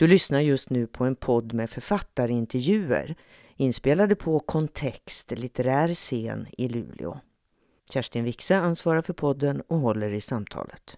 Du lyssnar just nu på en podd med författarintervjuer inspelade på Kontext, litterär scen i Luleå. Kerstin Wixe ansvarar för podden och håller i samtalet.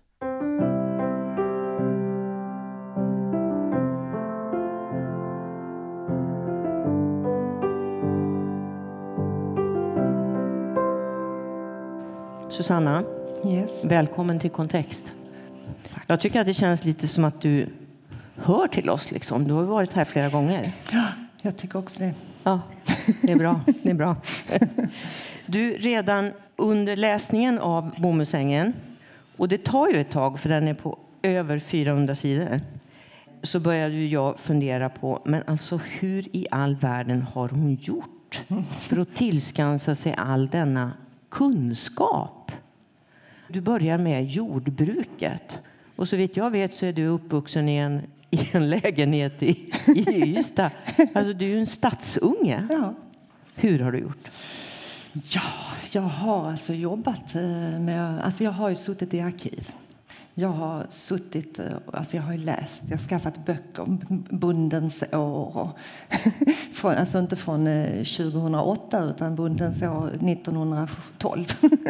Susanna, Yes. Välkommen till Kontext. Tack. Jag tycker att det känns lite som att du hör till oss. Liksom. Du har varit här flera gånger. Ja, jag tycker också det. Ja, det är bra. Det är bra. Du, redan under läsningen av Bomullsängen, och det tar ju ett tag för den är på över 400 sidor, så började jag fundera på, men alltså hur i all världen har hon gjort för att tillskansa sig all denna kunskap? Du börjar med jordbruket. Och så vitt jag vet så är du uppvuxen i en lägenhet i Ystad. Alltså du är ju en stadsunge. Ja. Hur har du gjort? Ja, jag har alltså jobbat med... Alltså jag har ju suttit i arkiv. Jag har suttit... Alltså jag har ju läst. Jag har skaffat böcker om Bondens år. Och alltså inte från 2008 utan Bondens år 1912.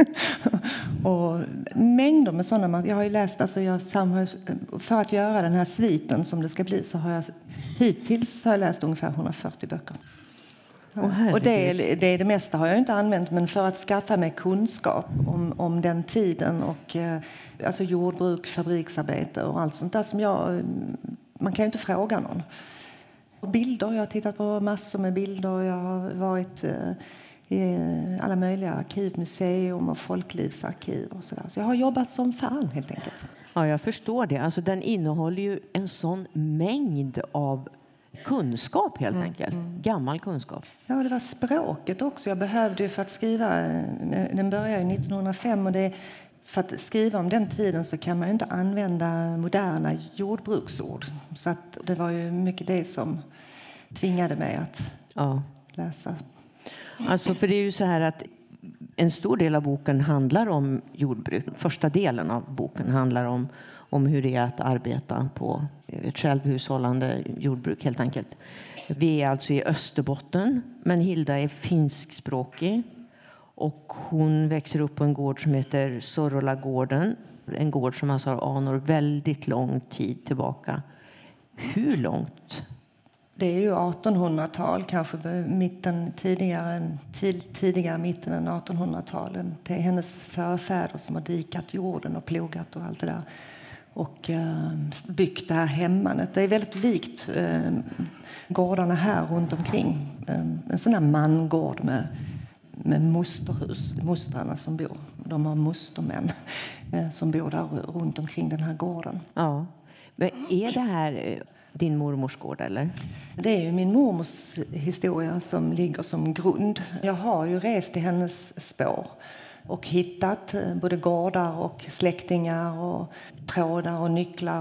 Och mängder med sådana. Jag har ju läst... Alltså för att göra den här sviten som det ska bli så har jag... Hittills har jag läst ungefär 140 böcker. Och det mesta har jag inte använt, men för att skaffa mig kunskap om den tiden och alltså jordbruk, fabriksarbete och allt sånt där som man kan ju inte fråga någon. Och bilder, jag har tittat på massor med bilder, jag har varit i alla möjliga arkiv, museum och folklivsarkiv och sådär. Så jag har jobbat som fan helt enkelt. Ja, jag förstår det. Alltså den innehåller ju en sån mängd av kunskap helt enkelt. Gammal kunskap. Ja, det var språket också. Jag behövde ju för att skriva, den började ju 1905 och för att skriva om den tiden så kan man ju inte använda moderna jordbruksord. Så att det var ju mycket det som tvingade mig att läsa. Alltså för det är ju så här att en stor del av boken handlar om jordbruk. Första delen av boken handlar om hur det är att arbeta på ett självhushållande jordbruk helt enkelt. Vi är alltså i Österbotten, men Hilda är finskspråkig och hon växer upp på en gård som heter Sorolagården. En gård som alltså har anor väldigt lång tid tillbaka. Hur långt? Det är ju 1800-tal, kanske tidigare mitten än 1800-talet. Det är hennes förfäder som har dikat jorden och plogat och allt det där. Och byggt det här hemmanet. Det är väldigt likt gårdarna här runt omkring. En sån här mangård med mosterhus. Mostrarna som bor. De har mostermän som bor där runt omkring den här gården. Ja. Men är det här din mormors gård eller? Det är ju min mormors historia som ligger som grund. Jag har ju rest i hennes spår och hittat både gårdar och släktingar och trådar och nycklar.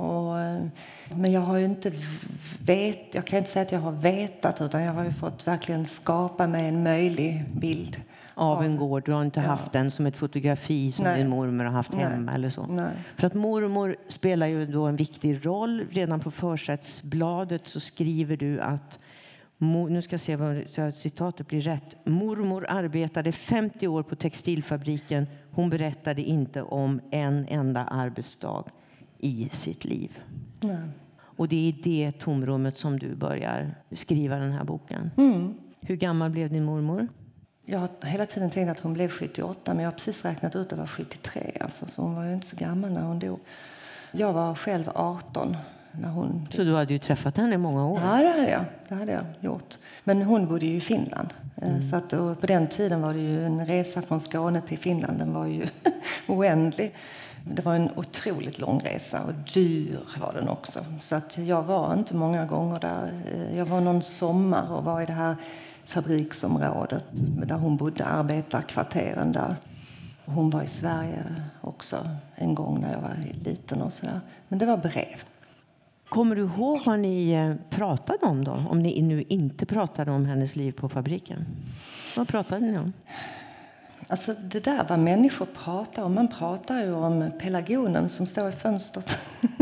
Men jag har ju inte jag kan inte säga att jag har vetat, utan jag har ju fått verkligen skapa mig en möjlig bild. Av en gård. Du har inte haft den som ett fotografi som din mormor har haft hemma eller så. Nej. För att mormor spelar ju då en viktig roll. Redan på försättsbladet så skriver du att, nu ska jag se vad citatet blir rätt. Mormor arbetade 50 år på textilfabriken. Hon berättade inte om en enda arbetsdag i sitt liv. Nej. Och det är i det tomrummet som du börjar skriva den här boken. Hur gammal blev din mormor? Jag har hela tiden tänkt att hon blev 78, men jag har precis räknat ut att det var 73. Alltså, så hon var ju inte så gammal när hon dog. Jag var själv 18 när hon... Så du hade ju träffat henne i många år? Ja, det hade jag gjort. Men hon bodde ju i Finland. Så att, och på den tiden var det ju en resa från Skåne till Finland. Den var ju oändlig. Det var en otroligt lång resa och dyr var den också. Så att jag var inte många gånger där. Jag var någon sommar och var i det här fabriksområdet där hon bodde, arbetarkvarteren där. Hon var i Sverige också en gång när jag var liten och sådär. Men det var brev. Kommer du ihåg vad ni pratade om då? Om ni nu inte pratade om hennes liv på fabriken. Vad pratade ni om? Alltså det där vad människor pratar om. Man pratar ju om pelargonen som står i fönstret.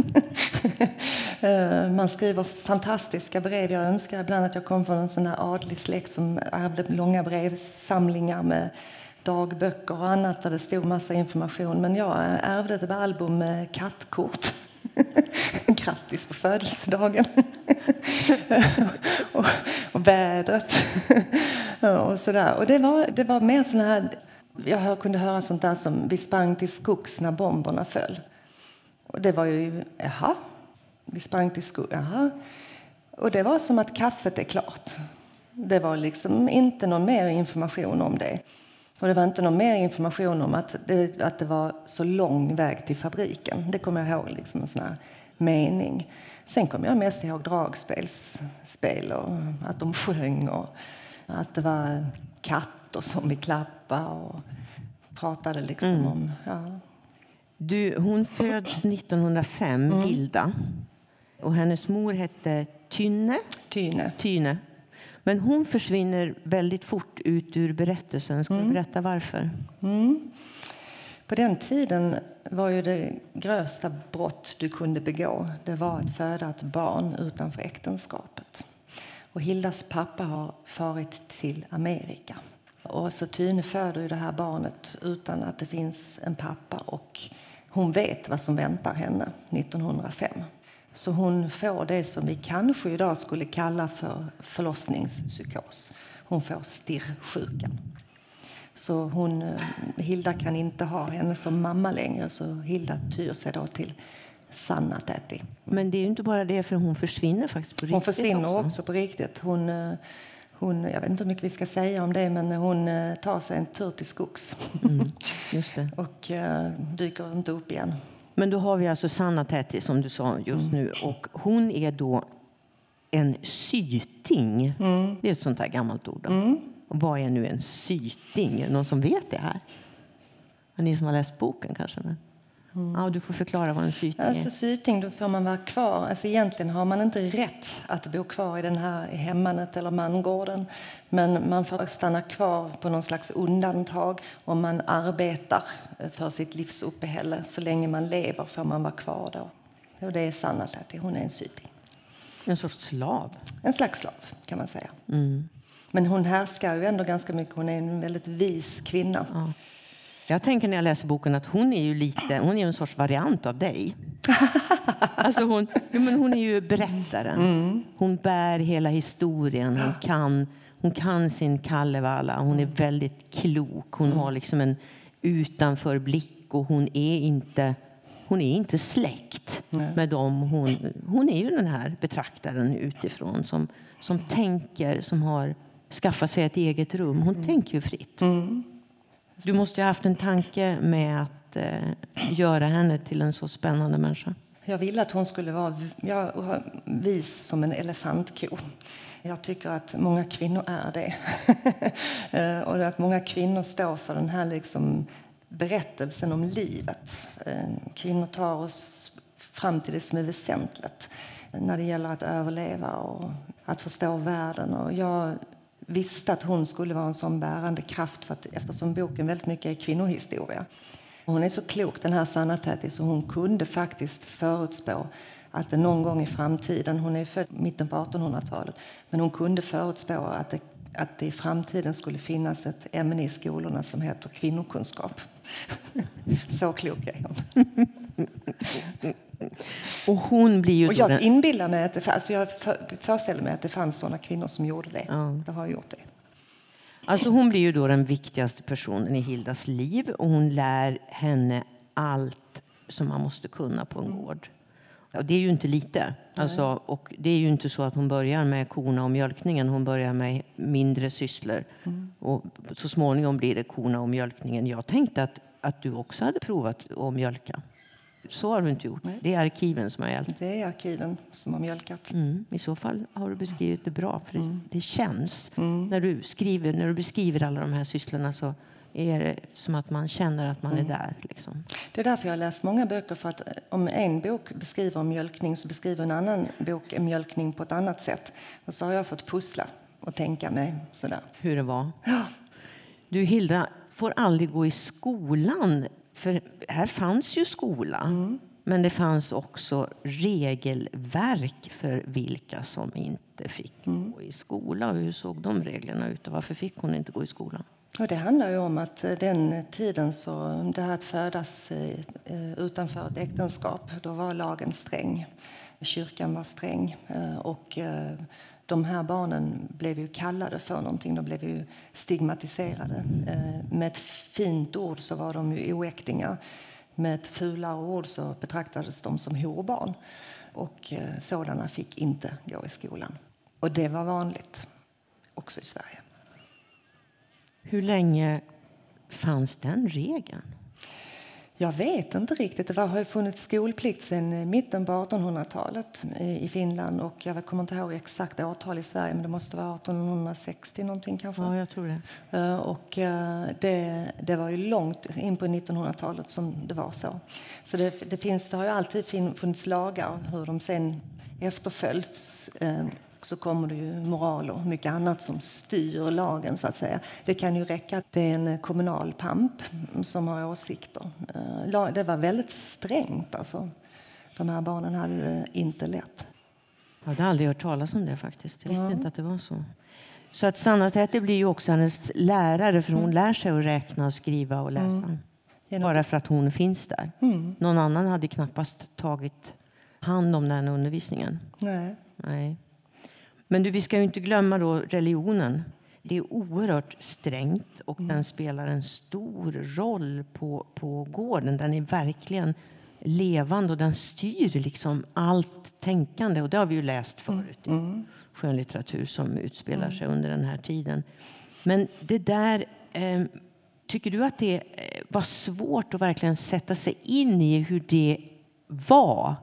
Man skriver fantastiska brev. Jag önskar ibland att jag kom från en sån här adlig släkt som ärvde långa brevsamlingar med dagböcker och annat där det stod massa information. Men jag ärvde ett album med kattkort. Grattis på födelsedagen. och vädret. och sådär. Och det var mer sån här... Jag kunde höra sånt där som vi sprang till skogs när bomberna föll. Och det var ju, jaha, vi sprang till skogs, jaha. Och det var som att kaffet är klart. Det var liksom inte någon mer information om det. Och det var inte någon mer information om att det var så lång väg till fabriken. Det kommer jag ihåg, liksom en sån här mening. Sen kom jag mest ihåg dragspel och att de sjöng och att det var katter som vi klappade och pratade liksom om... Ja. Hon föds 1905, Hilda. Och hennes mor hette Tyne. Men hon försvinner väldigt fort ut ur berättelsen. Ska du berätta varför? På den tiden var ju det grövsta brott du kunde begå. Det var att föda ett barn utanför äktenskapet. Och Hildas pappa har farit till Amerika. Och så Tyne föder ju det här barnet utan att det finns en pappa. Och hon vet vad som väntar henne 1905. Så hon får det som vi kanske idag skulle kalla för förlossningspsykos. Hon får stirrsjukan. Så Hilda kan inte ha henne som mamma längre. Så Hilda tyr sig då till Sanna-täti. Men det är ju inte bara det, för hon försvinner faktiskt på riktigt. Hon försvinner också på riktigt. Hon, jag vet inte hur mycket vi ska säga om det, men hon tar sig en tur till skogs. Just det. Och dyker inte upp igen. Men då har vi alltså Sanna-täti som du sa just nu. Och hon är då en syting. Det är ett sånt här gammalt ord. Och vad är nu en syting? Någon som vet det här? Men ni som har läst boken kanske? Men... Ja, du får förklara vad en syting är. Alltså syting, då får man vara kvar. Alltså egentligen har man inte rätt att bo kvar i den här hemmanet eller mangården. Men man får stanna kvar på någon slags undantag om man arbetar för sitt livsuppehälle. Så länge man lever får man vara kvar då. Och det är Sanna-täti, hon är en syting. En sorts slav? En slags slav kan man säga. Men hon härskar ju ändå ganska mycket. Hon är en väldigt vis kvinna. Ja. Jag tänker när jag läser boken att hon är ju en sorts variant av dig. Alltså hon är ju berättaren. Hon bär hela historien. Hon kan sin Kalevala. Hon är väldigt klok. Hon har liksom en utanförblick och hon är inte släkt med dem. Hon är ju den här betraktaren utifrån som tänker, som har skaffat sig ett eget rum. Hon tänker ju fritt. Du måste ju ha haft en tanke med att göra henne till en så spännande människa. Jag ville att hon skulle vara vis som en elefantko. Jag tycker att många kvinnor är det. Och att många kvinnor står för den här liksom berättelsen om livet. Kvinnor tar oss fram till det som är väsentligt när det gäller att överleva och att förstå världen. Och jag visste att hon skulle vara en sån bärande kraft eftersom boken väldigt mycket är kvinnohistoria. Hon är så klok, den här Sanna-täti, så hon kunde faktiskt förutspå att det någon gång i framtiden, hon är född mitten på 1800-talet, men hon kunde förutspå att det i framtiden skulle finnas ett ämne i skolorna som heter kvinnokunskap. Så klok är hon. Och hon blir ju... Och jag inbillar mig jag föreställer mig att det fanns sådana kvinnor som gjorde det. Ja. Det har gjort det. Alltså hon blir ju då den viktigaste personen i Hildas liv. Och hon lär henne allt som man måste kunna på en gård. Och det är ju inte lite. Alltså, och det är ju inte så att hon börjar med korna och mjölkningen. Hon börjar med mindre sysslor. Och så småningom blir det korna och mjölkningen. Jag tänkte att du också hade provat att mjölka. Så har du inte gjort. Nej. Det är arkiven som har hjälpt. Det är arkiven som har mjölkat. I så fall har du beskrivit det bra. För det känns. När du beskriver alla de här sysslorna så är det som att man känner att man är där. Liksom. Det är därför jag har läst många böcker. För att om en bok beskriver mjölkning så beskriver en annan bok mjölkning på ett annat sätt. Och så har jag fått pussla och tänka mig sådär. Hur det var. Ja. Du Hilda, får aldrig gå i skolan. För här fanns ju skola. Men det fanns också regelverk för vilka som inte fick gå i skola. Och hur såg de reglerna ut och varför fick hon inte gå i skolan? Och det handlar ju om att den tiden så det här att födas utanför ett äktenskap, då var lagen sträng. Kyrkan var sträng och de här barnen blev ju kallade för någonting, de blev ju stigmatiserade. Med ett fint ord så var de ju oäktingar. Med ett fulare ord så betraktades de som horbarn. Och sådana fick inte gå i skolan. Och det var vanligt också i Sverige. Hur länge fanns den regeln? Jag vet inte riktigt. Det har ju funnits skolplikt sedan mitten på 1800-talet i Finland. Och jag kommer inte ihåg exakt årtal i Sverige, men det måste vara 1860 någonting kanske. Ja, jag tror det. Och det var ju långt in på 1900-talet som det var så. Så det har ju alltid funnits lagar. Hur de sen efterföljts så kommer det ju moral och mycket annat som styr lagen så att säga. Det kan ju räcka att det är en kommunal pamp som har åsikter. Det var väldigt strängt alltså. De här barnen hade det inte lätt. Jag hade aldrig hört talas om det faktiskt. Jag visste inte att det var så. Så att Sanna Täti blir ju också hennes lärare för hon lär sig att räkna och skriva och läsa. Bara för att hon finns där. Någon annan hade knappast tagit hand om den undervisningen. Nej. Men vi ska ju inte glömma då religionen. Det är oerhört strängt och den spelar en stor roll på gården. Den är verkligen levande och den styr liksom allt tänkande. Och det har vi ju läst förut i skönlitteratur som utspelar sig under den här tiden. Men det där, tycker du att det var svårt att verkligen sätta sig in i hur det var?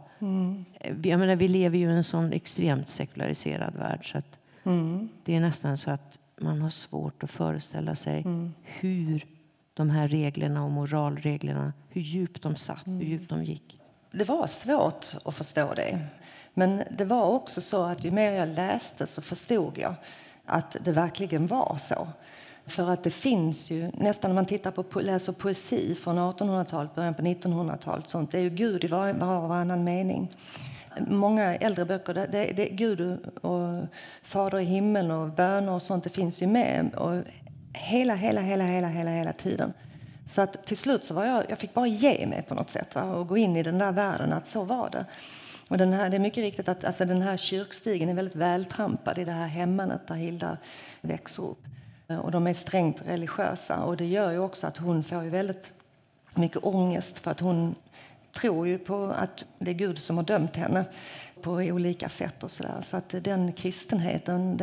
Jag menar, vi lever ju i en sån extremt sekulariserad värld så att det är nästan så att man har svårt att föreställa sig hur de här reglerna och moralreglerna, hur djupt de satt, hur djupt de gick. Det var svårt att förstå det. Men det var också så att ju mer jag läste så förstod jag att det verkligen var så. För att det finns ju, nästan när man tittar på läser poesi från 1800-talet, början på 1900-talet, sånt, det är ju Gud i varannan mening. Många äldre böcker, det är Gud och Fader i himlen och böner och sånt, det finns ju med och hela tiden. Så att till slut så var jag fick bara ge mig på något sätt och gå in i den där världen, att så var det. Och det är mycket riktigt att alltså, den här kyrkstigen är väldigt vältrampad i det här hemmanet där Hilda växer upp. Och de är strängt religiösa och det gör ju också att hon får ju väldigt mycket ångest för att hon tror ju på att det är Gud som har dömt henne på olika sätt och sådär. Så att den kristenheten,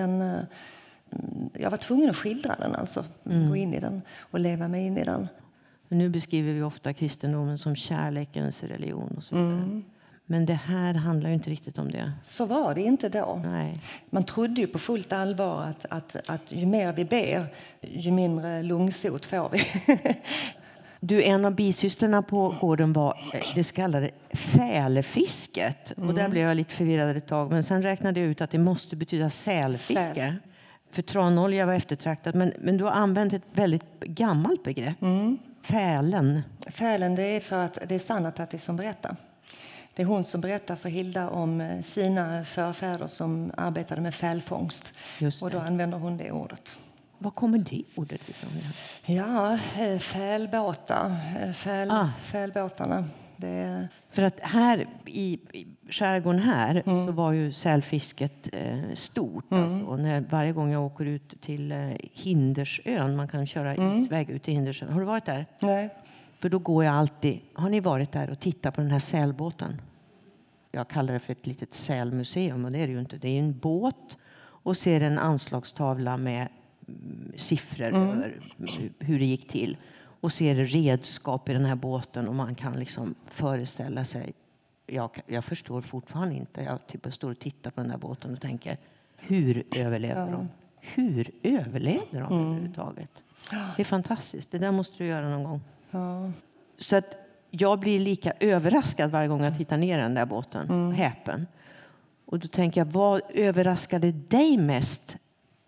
jag var tvungen att skildra den alltså, gå in i den och leva mig in i den. Nu beskriver vi ofta kristendomen som kärlekens religion och så vidare. Men det här handlar ju inte riktigt om det. Så var det inte då. Nej. Man trodde ju på fullt allvar att ju mer vi ber, ju mindre lungsot får vi. Du, en av bisystrarna på gården var det så kallade fälfisket. Och där blev jag lite förvirrad ett tag. Men sen räknade jag ut att det måste betyda sälfiske. För tranolja var eftertraktat. Men du har använt ett väldigt gammalt begrepp. Fälen. Fälen, det är för att det är Sanna Täti som berättar. Det är hon som berättar för Hilda om sina förfäder som arbetade med fälfångst. Och då använder hon det ordet. Var kommer det ordet ifrån? Ja, fälbåtar. Fälbåtarna. För att här i skärgården här så var ju sälfisket stort. Alltså. Varje gång jag åker ut till Hindersön, man kan köra isväg ut till Hindersön. Har du varit där? Nej. För då går jag alltid, har ni varit där och tittat på den här sälbåten? Jag kallar det för ett litet sälmuseum och det är det ju inte. Det är en båt och ser en anslagstavla med siffror över hur det gick till. Och ser redskap i den här båten och man kan liksom föreställa sig. Jag förstår fortfarande inte. Jag typ står och tittar på den här båten och tänker, hur överlevde de? Hur överlevde de överhuvudtaget? Det är fantastiskt. Det där måste du göra någon gång. Ja. Så att jag blir lika överraskad varje gång jag tittar ner den där båten. Häpen. Och då tänker jag, vad överraskade dig mest,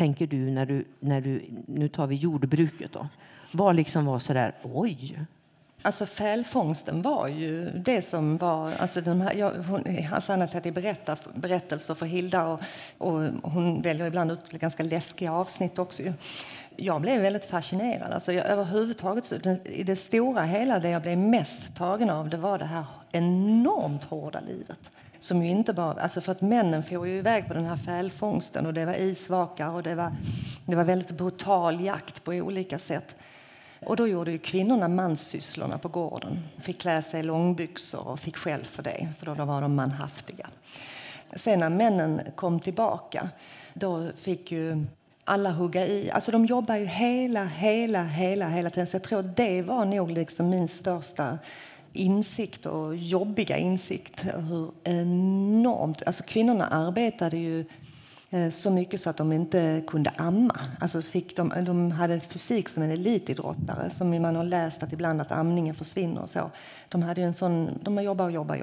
tänker du när du nu tar vi jordbruket då? Vad liksom var så där, oj. Alltså fälfångsten var ju det som var, alltså de här, Sanna tänkte berättelser för Hilda och hon väljer ibland ut ganska läskiga avsnitt också ju. Jag blev väldigt fascinerad. Alltså överhuvudtaget i det stora hela det jag blev mest tagen av det var det här enormt hårda livet. Som ju inte bara, alltså för att männen får ju iväg på den här fälfångsten och det var isvakar och det var väldigt brutal jakt på olika sätt. Och då gjorde ju kvinnorna manssysslorna på gården. Fick klä sig i långbyxor och fick skäll för det, för då var de manhaftiga. Sen när männen kom tillbaka, då fick ju alla hugga i. Alltså de jobbar ju hela tiden. Så jag tror att det var nog liksom min största insikt och jobbiga insikt. Hur enormt, alltså kvinnorna arbetade ju så mycket så att de inte kunde amma. Alltså de hade fysik som en elitidrottare, som man har läst att ibland att amningen försvinner och så. De hade ju en sån, de jobba.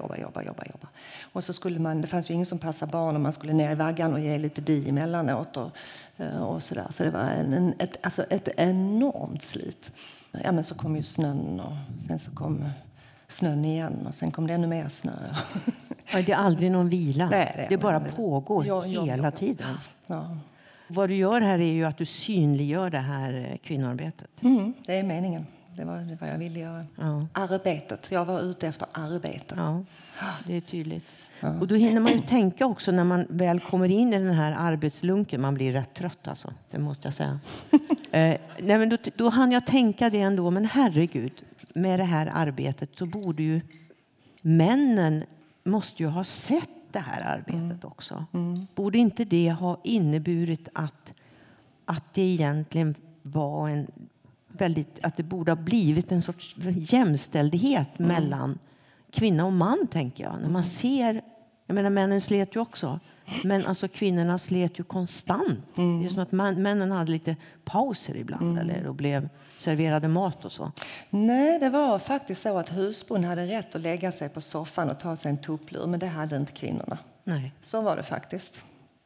Och så skulle det fanns ju ingen som passade barn och man skulle ner i vaggan och ge lite di emellanåt och så där. Så det var ett enormt slit. Ja, men så kom ju snön och sen så kom snön igen och sen kom det ännu mer snö. Ja, det är aldrig någon vila. Nej, det bara pågår hela tiden. Ja. Vad du gör här är ju att du synliggör det här kvinnoarbetet. Det är meningen. Det var vad jag ville göra. Ja. Arbetet. Jag var ute efter arbetet. Ja, det är tydligt. Ja. Och då hinner man ju tänka också när man väl kommer in i den här arbetslunken. Man blir rätt trött alltså, det måste jag säga. Nej, men då hann jag tänka det ändå. Men herregud, med det här arbetet så borde ju männen måste ju ha sett det här arbetet också. Borde inte det ha inneburit att det egentligen var en väldigt, att det borde ha blivit en sorts jämställdhet mellan kvinna och man, tänker jag. När man ser, jag menar männen slet ju också, men alltså kvinnorna slet ju konstant. Det är som att männen hade lite pauser ibland eller och blev serverade mat och så. Nej, det var faktiskt så att husbond hade rätt att lägga sig på soffan och ta sig en tupplur, men det hade inte kvinnorna. Nej. Så var det faktiskt.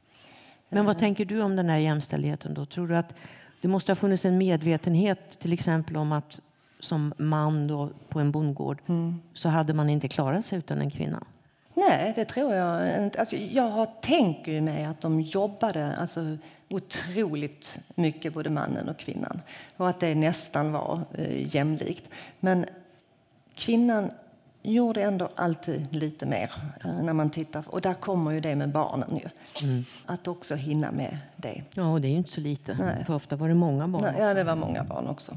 Men vad tänker du om den här jämställdheten då? Tror du att det måste ha funnits en medvetenhet till exempel om att som man då på en bondgård så hade man inte klarat sig utan en kvinna? Nej, det tror jag inte. Alltså, tänker ju mig att de jobbade alltså, otroligt mycket, både mannen och kvinnan. Och att det nästan var jämlikt. Men kvinnan gjorde ändå alltid lite mer när man tittar. Och där kommer ju det med barnen ju. Att också hinna med det. Ja, och det är ju inte så lite. Nej. För ofta var det många barn. Nej, ja, det var många barn också.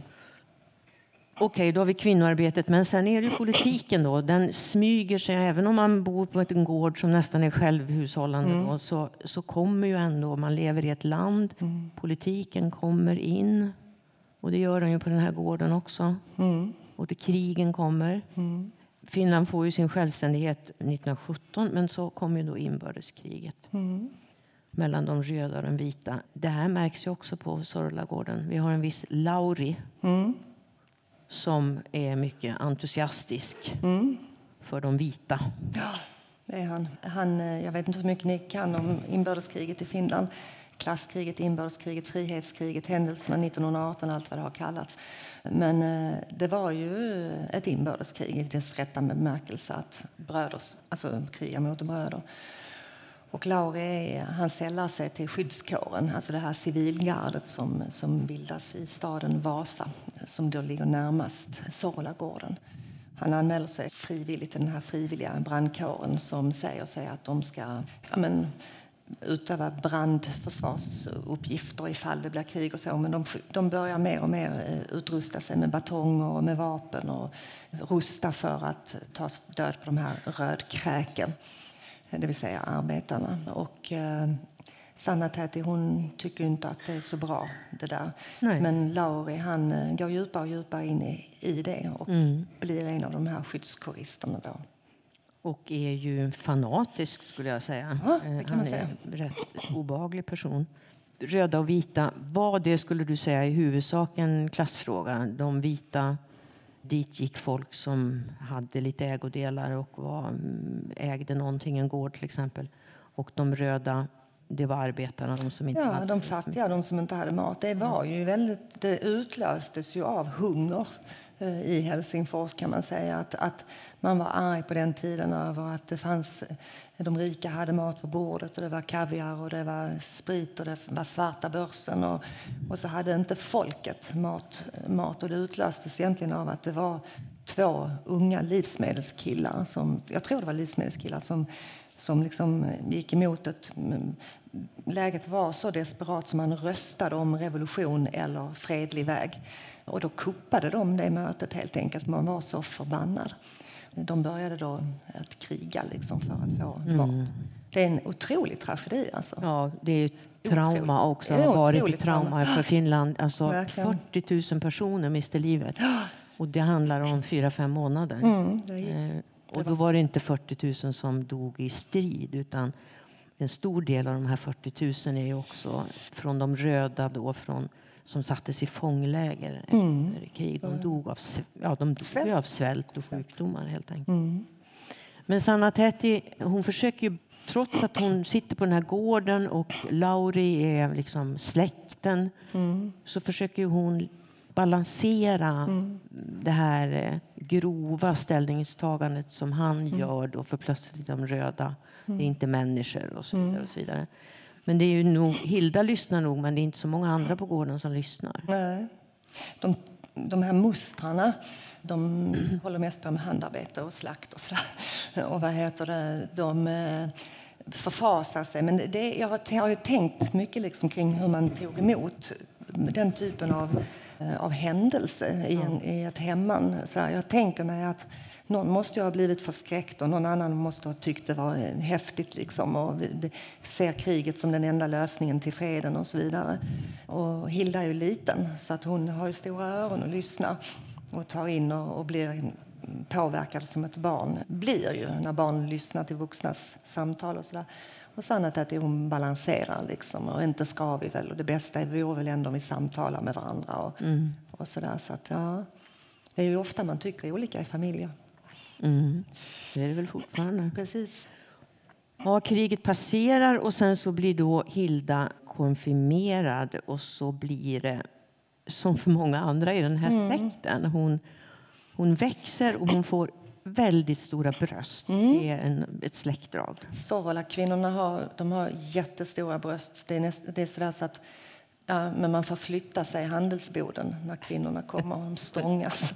Okej, då har vi kvinnoarbetet. Men sen är det ju politiken då. Den smyger sig, även om man bor på en gård som nästan är självhushållande. Då, så kommer ju ändå, man lever i ett land. Politiken kommer in. Och det gör den ju på den här gården också. Och det krigen kommer. Finland får ju sin självständighet 1917. Men så kommer ju då inbördeskriget. Mellan de röda och de vita. Det här märks ju också på Sorlagården. Vi har en viss Lauri. Som är mycket entusiastisk för de vita. Ja, det är han. Jag vet inte hur mycket ni kan om inbördeskriget i Finland. Klasskriget, inbördeskriget, frihetskriget, händelserna 1918, allt vad det har kallats. Men det var ju ett inbördeskrig i dess rätta bemärkelse att kriga mot bröder. Och Lauri, han sällar sig till skyddskåren, alltså det här civilgardet som bildas i staden Vasa, som då ligger närmast Sorlagården. Han anmäler sig frivilligt till den här frivilliga brandkåren som säger sig att de ska utöva brandförsvarsuppgifter ifall det blir krig och så. Men de börjar mer och mer utrusta sig med batonger och med vapen och rusta för att ta död på de här rödkräken. Det vill säga arbetarna. Och Sanna Täti, hon tycker inte att det är så bra det där. Nej. Men Lauri, han går djupare och djupare in i det och blir en av de här skyddskåristerna då. Och är ju fanatisk, skulle jag säga. Ja, det kan man säga. Han är en rätt obehaglig person. Röda och vita, vad det skulle du säga i huvudsak en klassfråga? De vita, dit gick folk som hade lite ägodelar och ägde någonting, en gård till exempel. Och de röda, det var arbetarna, de som inte hade de fattiga, de som inte hade mat. Det var ju det utlöstes ju av hunger i Helsingfors, kan man säga. Att man var arg på den tiden över att det fanns, de rika hade mat på bordet och det var kaviar och det var sprit och det var svarta börsen och så hade inte folket mat och det utlöstes egentligen av att det var 2 unga livsmedelskillar som liksom gick emot läget var så desperat som man röstade om revolution eller fredlig väg. Och då kuppade de det mötet helt enkelt. Man var så förbannad. De började då att kriga liksom för att få mat. Det är en otrolig tragedi alltså. Ja, det är ett trauma också. Det har varit ett trauma för Finland. Alltså 40 000 personer miste livet. Och det handlar om 4-5 månader. Och då var det inte 40 000 som dog i strid, utan en stor del av de här 40 000 är ju också från de röda då, som sattes i fångläger efter krig. De dog av svält och sjukdomar helt enkelt. Men Sanna Täti, hon försöker ju, trots att hon sitter på den här gården och Lauri är liksom släkten, så försöker ju hon balansera det här grova ställningstagandet som han gör då, för plötsligt de röda, det är inte människor och så vidare och så vidare. Men det är ju nog, Hilda lyssnar nog, men det är inte så många andra på gården som lyssnar. Nej. De här mustrarna, de håller mest på med handarbete och slakt och så. Och de förfasar sig. Men jag har ju tänkt mycket liksom kring hur man tog emot den typen av händelse i ett hemman. Så jag tänker mig att någon måste ha blivit förskräckt och någon annan måste ha tyckt det var häftigt liksom, och ser kriget som den enda lösningen till freden och så vidare. Och Hilda är ju liten så att hon har ju stora öron och lyssnar och tar in och blir påverkad som ett barn blir ju när barn lyssnar till vuxnas samtal och sådär. Och sannat att hon balanserar liksom, och inte ska vi väl, och det bästa vore väl ändå om vi samtalar med varandra och sådär. Så att det är ju ofta man tycker olika i familjer. Det är det väl fortfarande. Precis. Ja, kriget passerar och sen så blir då Hilda konfirmerad och så blir det som för många andra i den här släkten. Hon växer och hon får väldigt stora bröst. Det är ett släktdrag. Sorvola-kvinnorna har jättestora bröst. Det är sådär så att men man får flytta sig i handelsboden när kvinnorna kommer och de stångas.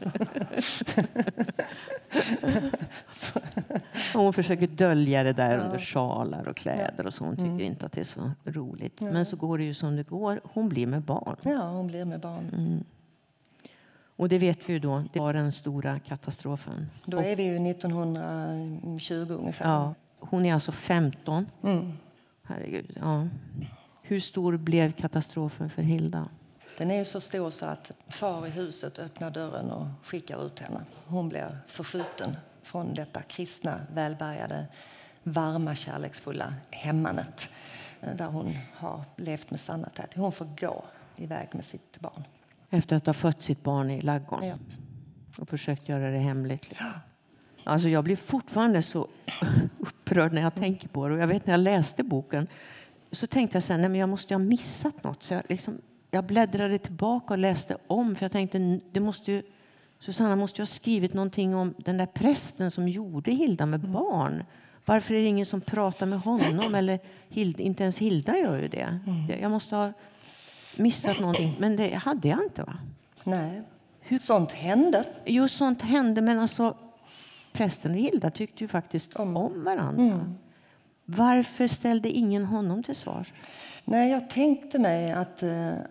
Hon försöker dölja det där under sjalar och kläder och så. Hon tycker inte att det är så roligt. Men så går det ju som det går. Hon blir med barn. Ja, hon blir med barn. Och det vet vi ju då. Det var den stora katastrofen. Då är vi ju 1920 ungefär. Ja, hon är alltså 15. Herregud, ja. Hur stor blev katastrofen för Hilda? Den är ju så stor så att far i huset öppnar dörren och skickar ut henne. Hon blir förskjuten från detta kristna, välbärgade, varma, kärleksfulla hemmanet där hon har levt med Sanna Täti. Hon får gå iväg med sitt barn. Efter att ha fött sitt barn i ladugården. Ja. Och försökt göra det hemligt. Alltså jag blir fortfarande så upprörd när jag tänker på det. Och jag vet när jag läste boken så tänkte jag sen, nej, men jag måste ha missat något. Så jag bläddrade tillbaka och läste om. För jag tänkte, Susanna måste ju ha skrivit någonting om den där prästen som gjorde Hilda med barn. Varför är det ingen som pratar med honom? Eller inte ens Hilda gör ju det. Jag måste ha missat någonting. Men det hade jag inte, va? Nej. Sånt hände. Jo, sånt hände. Men alltså, prästen och Hilda tyckte ju faktiskt om varandra. Varför ställde ingen honom till svars? Nej, jag tänkte mig att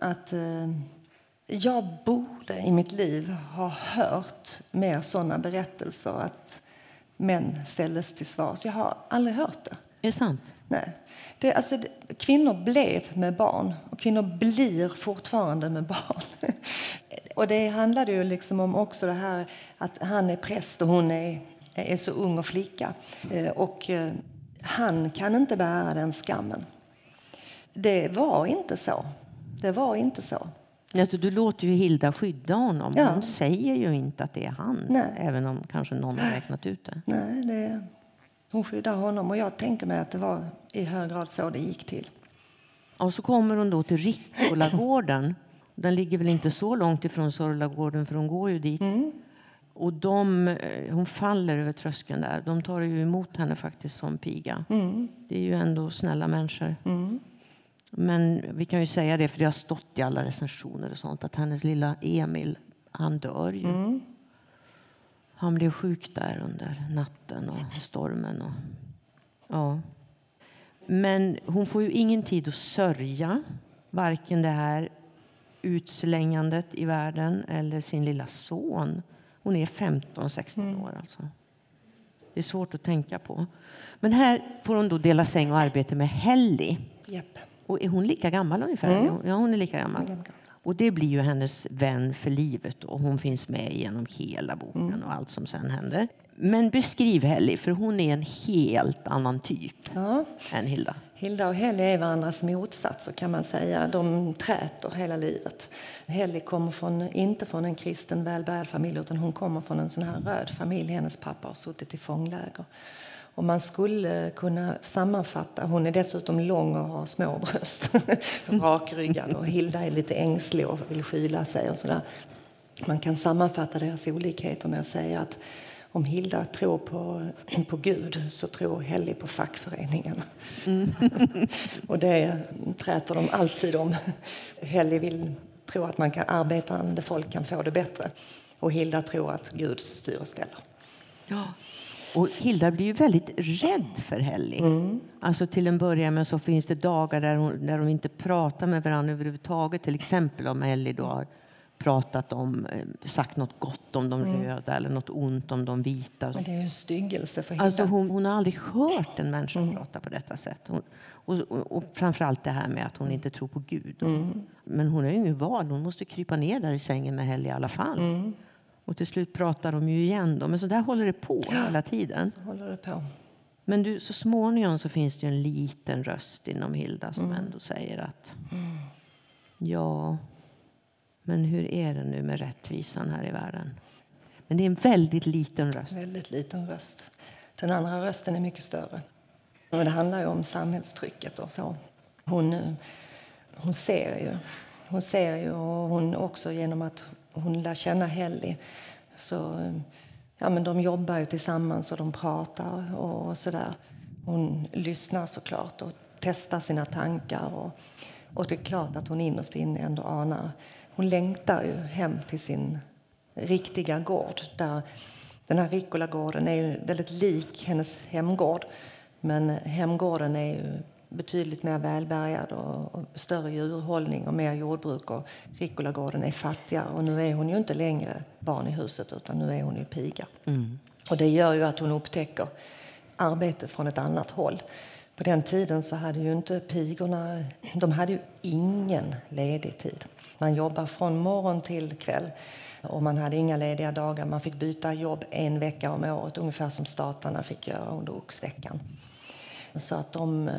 jag borde i mitt liv ha hört mer sådana berättelser att män ställdes till svars. Jag har aldrig hört det. Är det sant? Nej. Kvinnor blev med barn och kvinnor blir fortfarande med barn. Och det handlade ju liksom om också det här att han är präst och hon är så ung och flicka. Och han kan inte bära den skammen. Det var inte så. Det var inte så. Alltså, du låter ju Hilda skydda honom. Ja. Hon säger ju inte att det är han. Nej. Även om kanske någon har räknat ut det. Nej, hon skyddar honom. Och jag tänker mig att det var i hög grad så det gick till. Och så kommer hon då till Rickolagården. Den ligger väl inte så långt ifrån Sorlagården, för hon går ju dit. Och hon faller över tröskeln där. De tar ju emot henne faktiskt som piga. Det är ju ändå snälla människor. Men vi kan ju säga det, för det har stått i alla recensioner och sånt, att hennes lilla Emil, han dör ju. Han blev sjuk där under natten och stormen. Ja. Men hon får ju ingen tid att sörja, varken det här utslängandet i världen eller sin lilla son. Hon är 15-16 år alltså. Det är svårt att tänka på. Men här får hon då dela säng och arbeta med Helly. Japp. Och är hon lika gammal ungefär? Ja, hon är lika gammal. Och det blir ju hennes vän för livet. Och hon finns med genom hela boken och allt som sen händer. Men beskriv Helly, för hon är en helt annan typ än Hilda. Hilda och Helly är varandras motsatser, kan man säga. De träter hela livet. Helly kommer inte från en kristen välbärgad familj, utan hon kommer från en sån här röd familj. Hennes pappa har suttit i fångläger. Och man skulle kunna sammanfatta, hon är dessutom lång och har små bröst, rakryggad, och Hilda är lite ängslig och vill skyla sig och sådär. Man kan sammanfatta deras olikheter med att säga att om Hilda tror på Gud, så tror Helly på fackföreningen. Och det träter de alltid om. Helly vill tro att arbetande folk kan få det bättre. Och Hilda tror att Gud styr och ställer. Ja. Och Hilda blir ju väldigt rädd för Helly. Alltså till en början, men så finns det dagar där de inte pratar med varandra överhuvudtaget. Till exempel om Helly då har pratat om, sagt något gott om de röda eller något ont om de vita. Men det är ju en styggelse för Hilda. Alltså hon har aldrig hört en människa prata på detta sätt. Och framförallt det här med att hon inte tror på Gud. Men hon har ju ingen val. Hon måste krypa ner där i sängen med Helly i alla fall. Och till slut pratar de ju igen då. Men så där håller det på hela tiden. Så håller det på. Men så småningom så finns det ju en liten röst inom Hilda som ändå säger att ja, men hur är det nu med rättvisan här i världen? Men det är en väldigt liten röst. Väldigt liten röst. Den andra rösten är mycket större. Och det handlar ju om samhällstrycket och så. Hon ser ju, och hon också genom att hon lär känna Helly. Så men de jobbar ju tillsammans och de pratar och sådär. Hon lyssnar såklart och testar sina tankar. Och det är klart att hon innerst inne ändå anar. Hon längtar ju hem till sin riktiga gård. Där den här Rickolagården är ju väldigt lik hennes hemgård. Men hemgården är ju betydligt mer välbärgad och större djurhållning och mer jordbruk. Och Rickolagården är fattigare, och nu är hon ju inte längre barn i huset, utan nu är hon ju piga. Och det gör ju att hon upptäcker arbete från ett annat håll. På den tiden så hade ju inte pigorna, de hade ju ingen ledig tid. Man jobbar från morgon till kväll och man hade inga lediga dagar. Man fick byta jobb en vecka om året, ungefär som statarna fick göra under oxveckan. Så att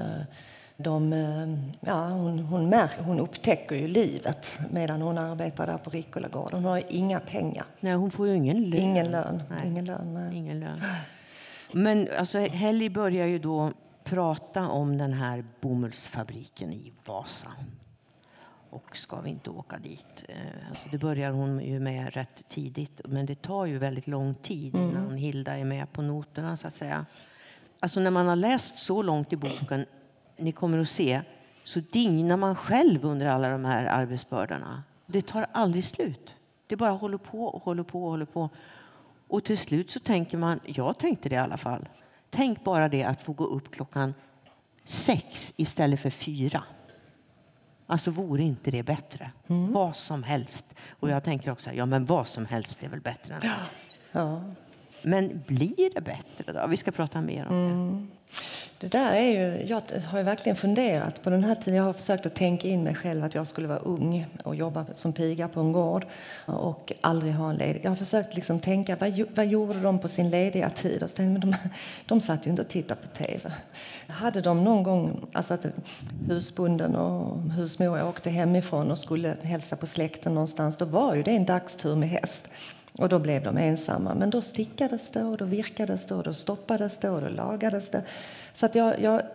hon upptäcker ju livet medan hon arbetar där på Rickolagården. Hon har inga pengar. Nej, hon får ju ingen lön. Ingen lön. Men alltså, Helly börjar ju då prata om den här bomullsfabriken i Vasa. Och ska vi inte åka dit? Alltså det börjar hon ju med rätt tidigt. Men det tar ju väldigt lång tid innan Hilda är med på noterna, så att säga. Alltså när man har läst så långt i boken, ni kommer att se, så dignar man själv under alla de här arbetsbördorna. Det tar aldrig slut. Det bara håller på. Och till slut så tänker man, jag tänkte det i alla fall. Tänk bara det att få gå upp 6 istället för 4. Alltså vore inte det bättre? Vad som helst. Och jag tänker också, men vad som helst är väl bättre än det. Ja. Men blir det bättre då? Vi ska prata mer om det. Det där är ju, jag har ju verkligen funderat på den här tiden. Jag har försökt att tänka in mig själv att jag skulle vara ung och jobba som piga på en gård och aldrig ha en ledig. Jag har försökt liksom tänka, vad gjorde de på sin lediga tid? Och så tänkte, men de satt ju inte och tittade på tv. Hade de någon gång, alltså att husbonden och husmor åkte hemifrån och skulle hälsa på släkten någonstans, då var ju det en dagstur med häst. Och då blev de ensamma. Men då stickades det och då virkades det och då stoppades det och då lagades det. Så att jag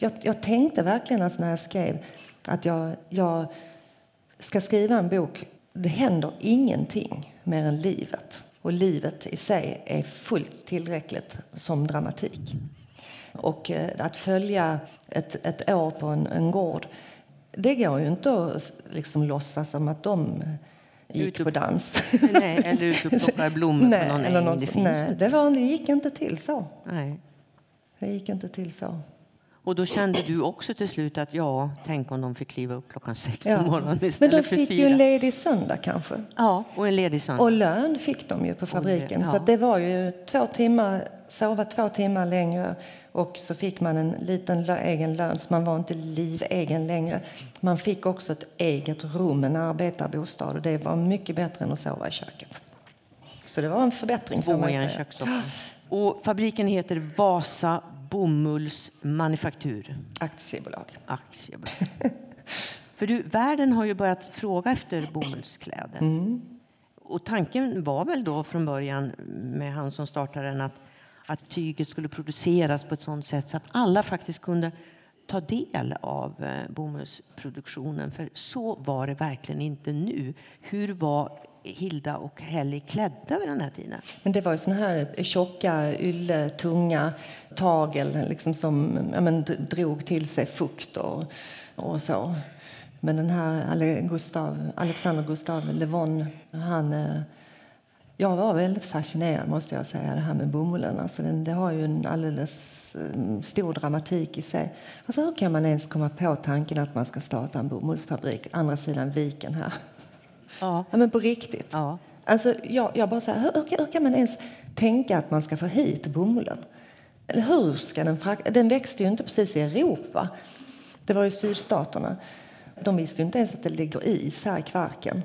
jag tänkte verkligen alltså när jag skrev att jag ska skriva en bok. Det händer ingenting mer än livet. Och livet i sig är fullt tillräckligt som dramatik. Och att följa ett år på en gård, det går ju inte att liksom låtsas som att de gick på dans. Nej, eller ut och plocka blommor på någon äng. Nej, det gick inte till så. Nej. Det gick inte till så. Och då kände du också till slut att tänk om de fick kliva upp klockan 6 på morgonen istället men de för fick 4. ju en ledig söndag kanske. Ja, och en ledig söndag. Och lön fick de ju på fabriken. Ja. Så att det var ju 2 timmar, sova 2 timmar längre. Och så fick man en liten egen lön, så man var inte livegen längre. Man fick också ett eget rum, en arbetarbostad. Och det var mycket bättre än att sova i köket. Så det var en förbättring för mig. Och fabriken heter Vasa Bomullsmanufaktur. Aktiebolag. För världen har ju börjat fråga efter bomullskläder. Och tanken var väl då från början med han som startade den att tyget skulle produceras på ett sådant sätt så att alla faktiskt kunde ta del av bomullsproduktionen. För så var det verkligen inte nu. Hur var Hilda och Helly klädda vid den här tiden? Men det var ju såna här tjocka, tunga tagel liksom som drog till sig fukt och så. Men den här Alexander Gustav Le Bon, jag var väldigt fascinerad måste jag säga, det här med bomullen. Alltså det har ju en alldeles stor dramatik i sig. Alltså hur kan man ens komma på tanken att man ska starta en bomullsfabrik andra sidan viken här? Ja, men på riktigt. Ja. Alltså jag bara så här, hur kan man ens tänka att man ska få hit bomullen? Eller hur ska den växte ju inte precis i Europa. Det var ju sydstaterna. De visste ju inte ens att det ligger is här i Kvarken.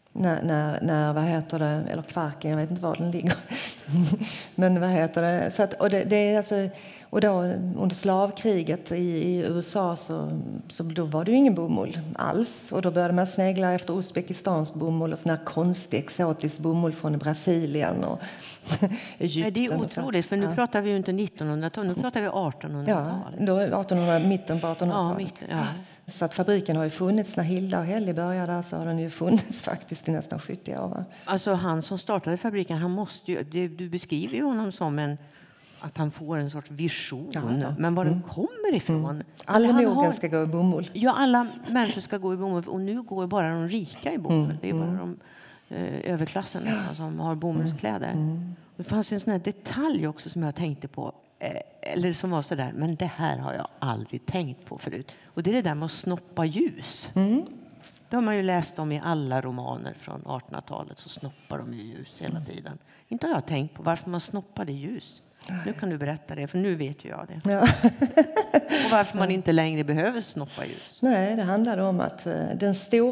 När vad heter det, eller Kvarken, jag vet inte var den ligger. Men vad heter det, så att, och det är alltså, och då under slavkriget i USA så då var det ju ingen bomull alls, och då började man snegla efter Uzbekistans bomull och sån här konstig exotisk bomull från Brasilien och Egypten. Det är otroligt, för nu pratar vi ju inte 1900-tal, nu pratar vi 1800-tal. Ja, då mitten på 1800-talet. Ja. Så att fabriken har ju funnits när Hilda och Helly började, så har den ju funnits faktiskt i nästan 70 år. Va? Alltså han som startade fabriken, han måste ju, du beskriver ju honom som att han får en sorts vision. Ja. Men var den kommer ifrån. Alla mogen ska gå i bomull. Ja, alla människor ska gå i bomull. Och nu går bara de rika i bomull. Det är bara de överklassen som har bomullskläder. Det fanns en sån här detalj också som jag tänkte på. Eller som var så där, men det här har jag aldrig tänkt på förut. Och det är det där med att snoppa ljus. Det har man ju läst om i alla romaner från 1800-talet, så snoppar de ju ljus hela tiden. Inte har jag tänkt på varför man snoppade ljus. Nu kan du berätta det, för nu vet ju jag det. Ja. Och varför man inte längre behöver snoppa ljus. Nej, det handlade om att den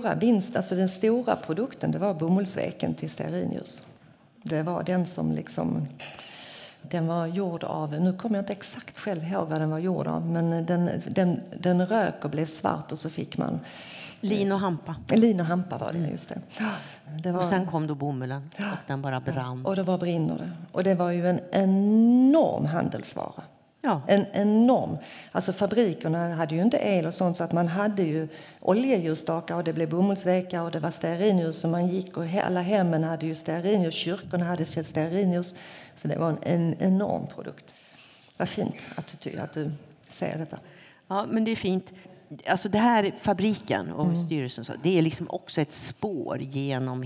stora produkten, det var bomullsveken till stearinljus. Det var den som liksom... Den var gjord av, nu kommer jag inte exakt själv ihåg vad den var gjord av, men den rök och blev svart, och så fick man... Lin och hampa. Lin och hampa var det, just det. Och sen kom då bomullen och den bara brann. Och då bara brinner det. Och det var ju en enorm handelsvara. Ja. En enorm. Alltså fabrikerna hade ju inte el och sånt, så att man hade ju oljeljusstakar och det blev bomullsvekar och det var stearinljus som man gick, och alla hemmen hade ju stearinljus, kyrkorna hade stearinljus. Så det var en enorm produkt. Vad fint att du säger detta. Ja, men det är fint. Alltså det här fabriken och styrelsen, det är liksom också ett spår genom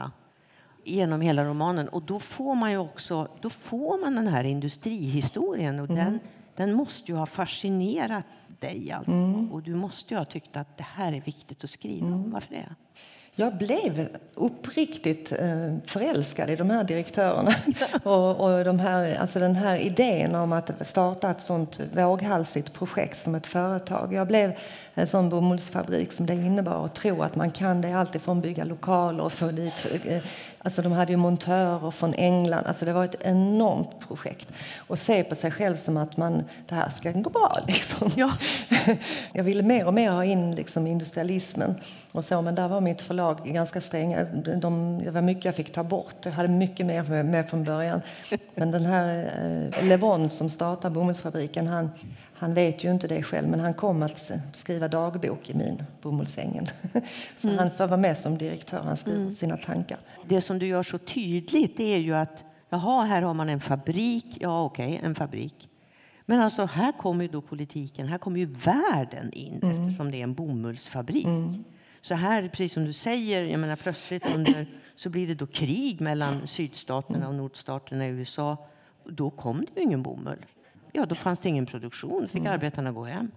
hela romanen, och då får man ju också den här industrihistorien, och den måste ju ha fascinerat dig alltså. Och du måste ju ha tyckt att det här är viktigt att skriva om. Varför det? Jag blev uppriktigt förälskad i de här direktörerna och den här idén om att starta ett sånt våghalsigt projekt som ett företag. Jag blev en sån bomullsfabrik som det innebar, och tro att man kan det alltifrån bygga lokaler och få dit. Alltså de hade ju montörer från England. Alltså det var ett enormt projekt. Och se på sig själv som att det här ska gå bra liksom. Ja. Jag ville mer och mer ha in liksom industrialismen och så, men där var mitt förlag ganska stränga. Det var mycket jag fick ta bort. Jag hade mycket mer med från början. Men den här Le Bon som startade bomullsfabriken, Han vet ju inte det själv, men han kom att skriva dagbok i min bomullsängen. Så han får vara med som direktör, han skriver sina tankar. Det som du gör så tydligt är ju att jaha, här har man en fabrik. Ja, okej, en fabrik. Men alltså här kommer ju då politiken, här kommer ju världen in eftersom det är en bomullsfabrik. Så här, precis som du säger, jag menar plötsligt så blir det då krig mellan sydstaterna och nordstaterna i USA. Då kom det ju ingen bomull. Ja, då fanns det ingen produktion, fick arbetarna gå hem.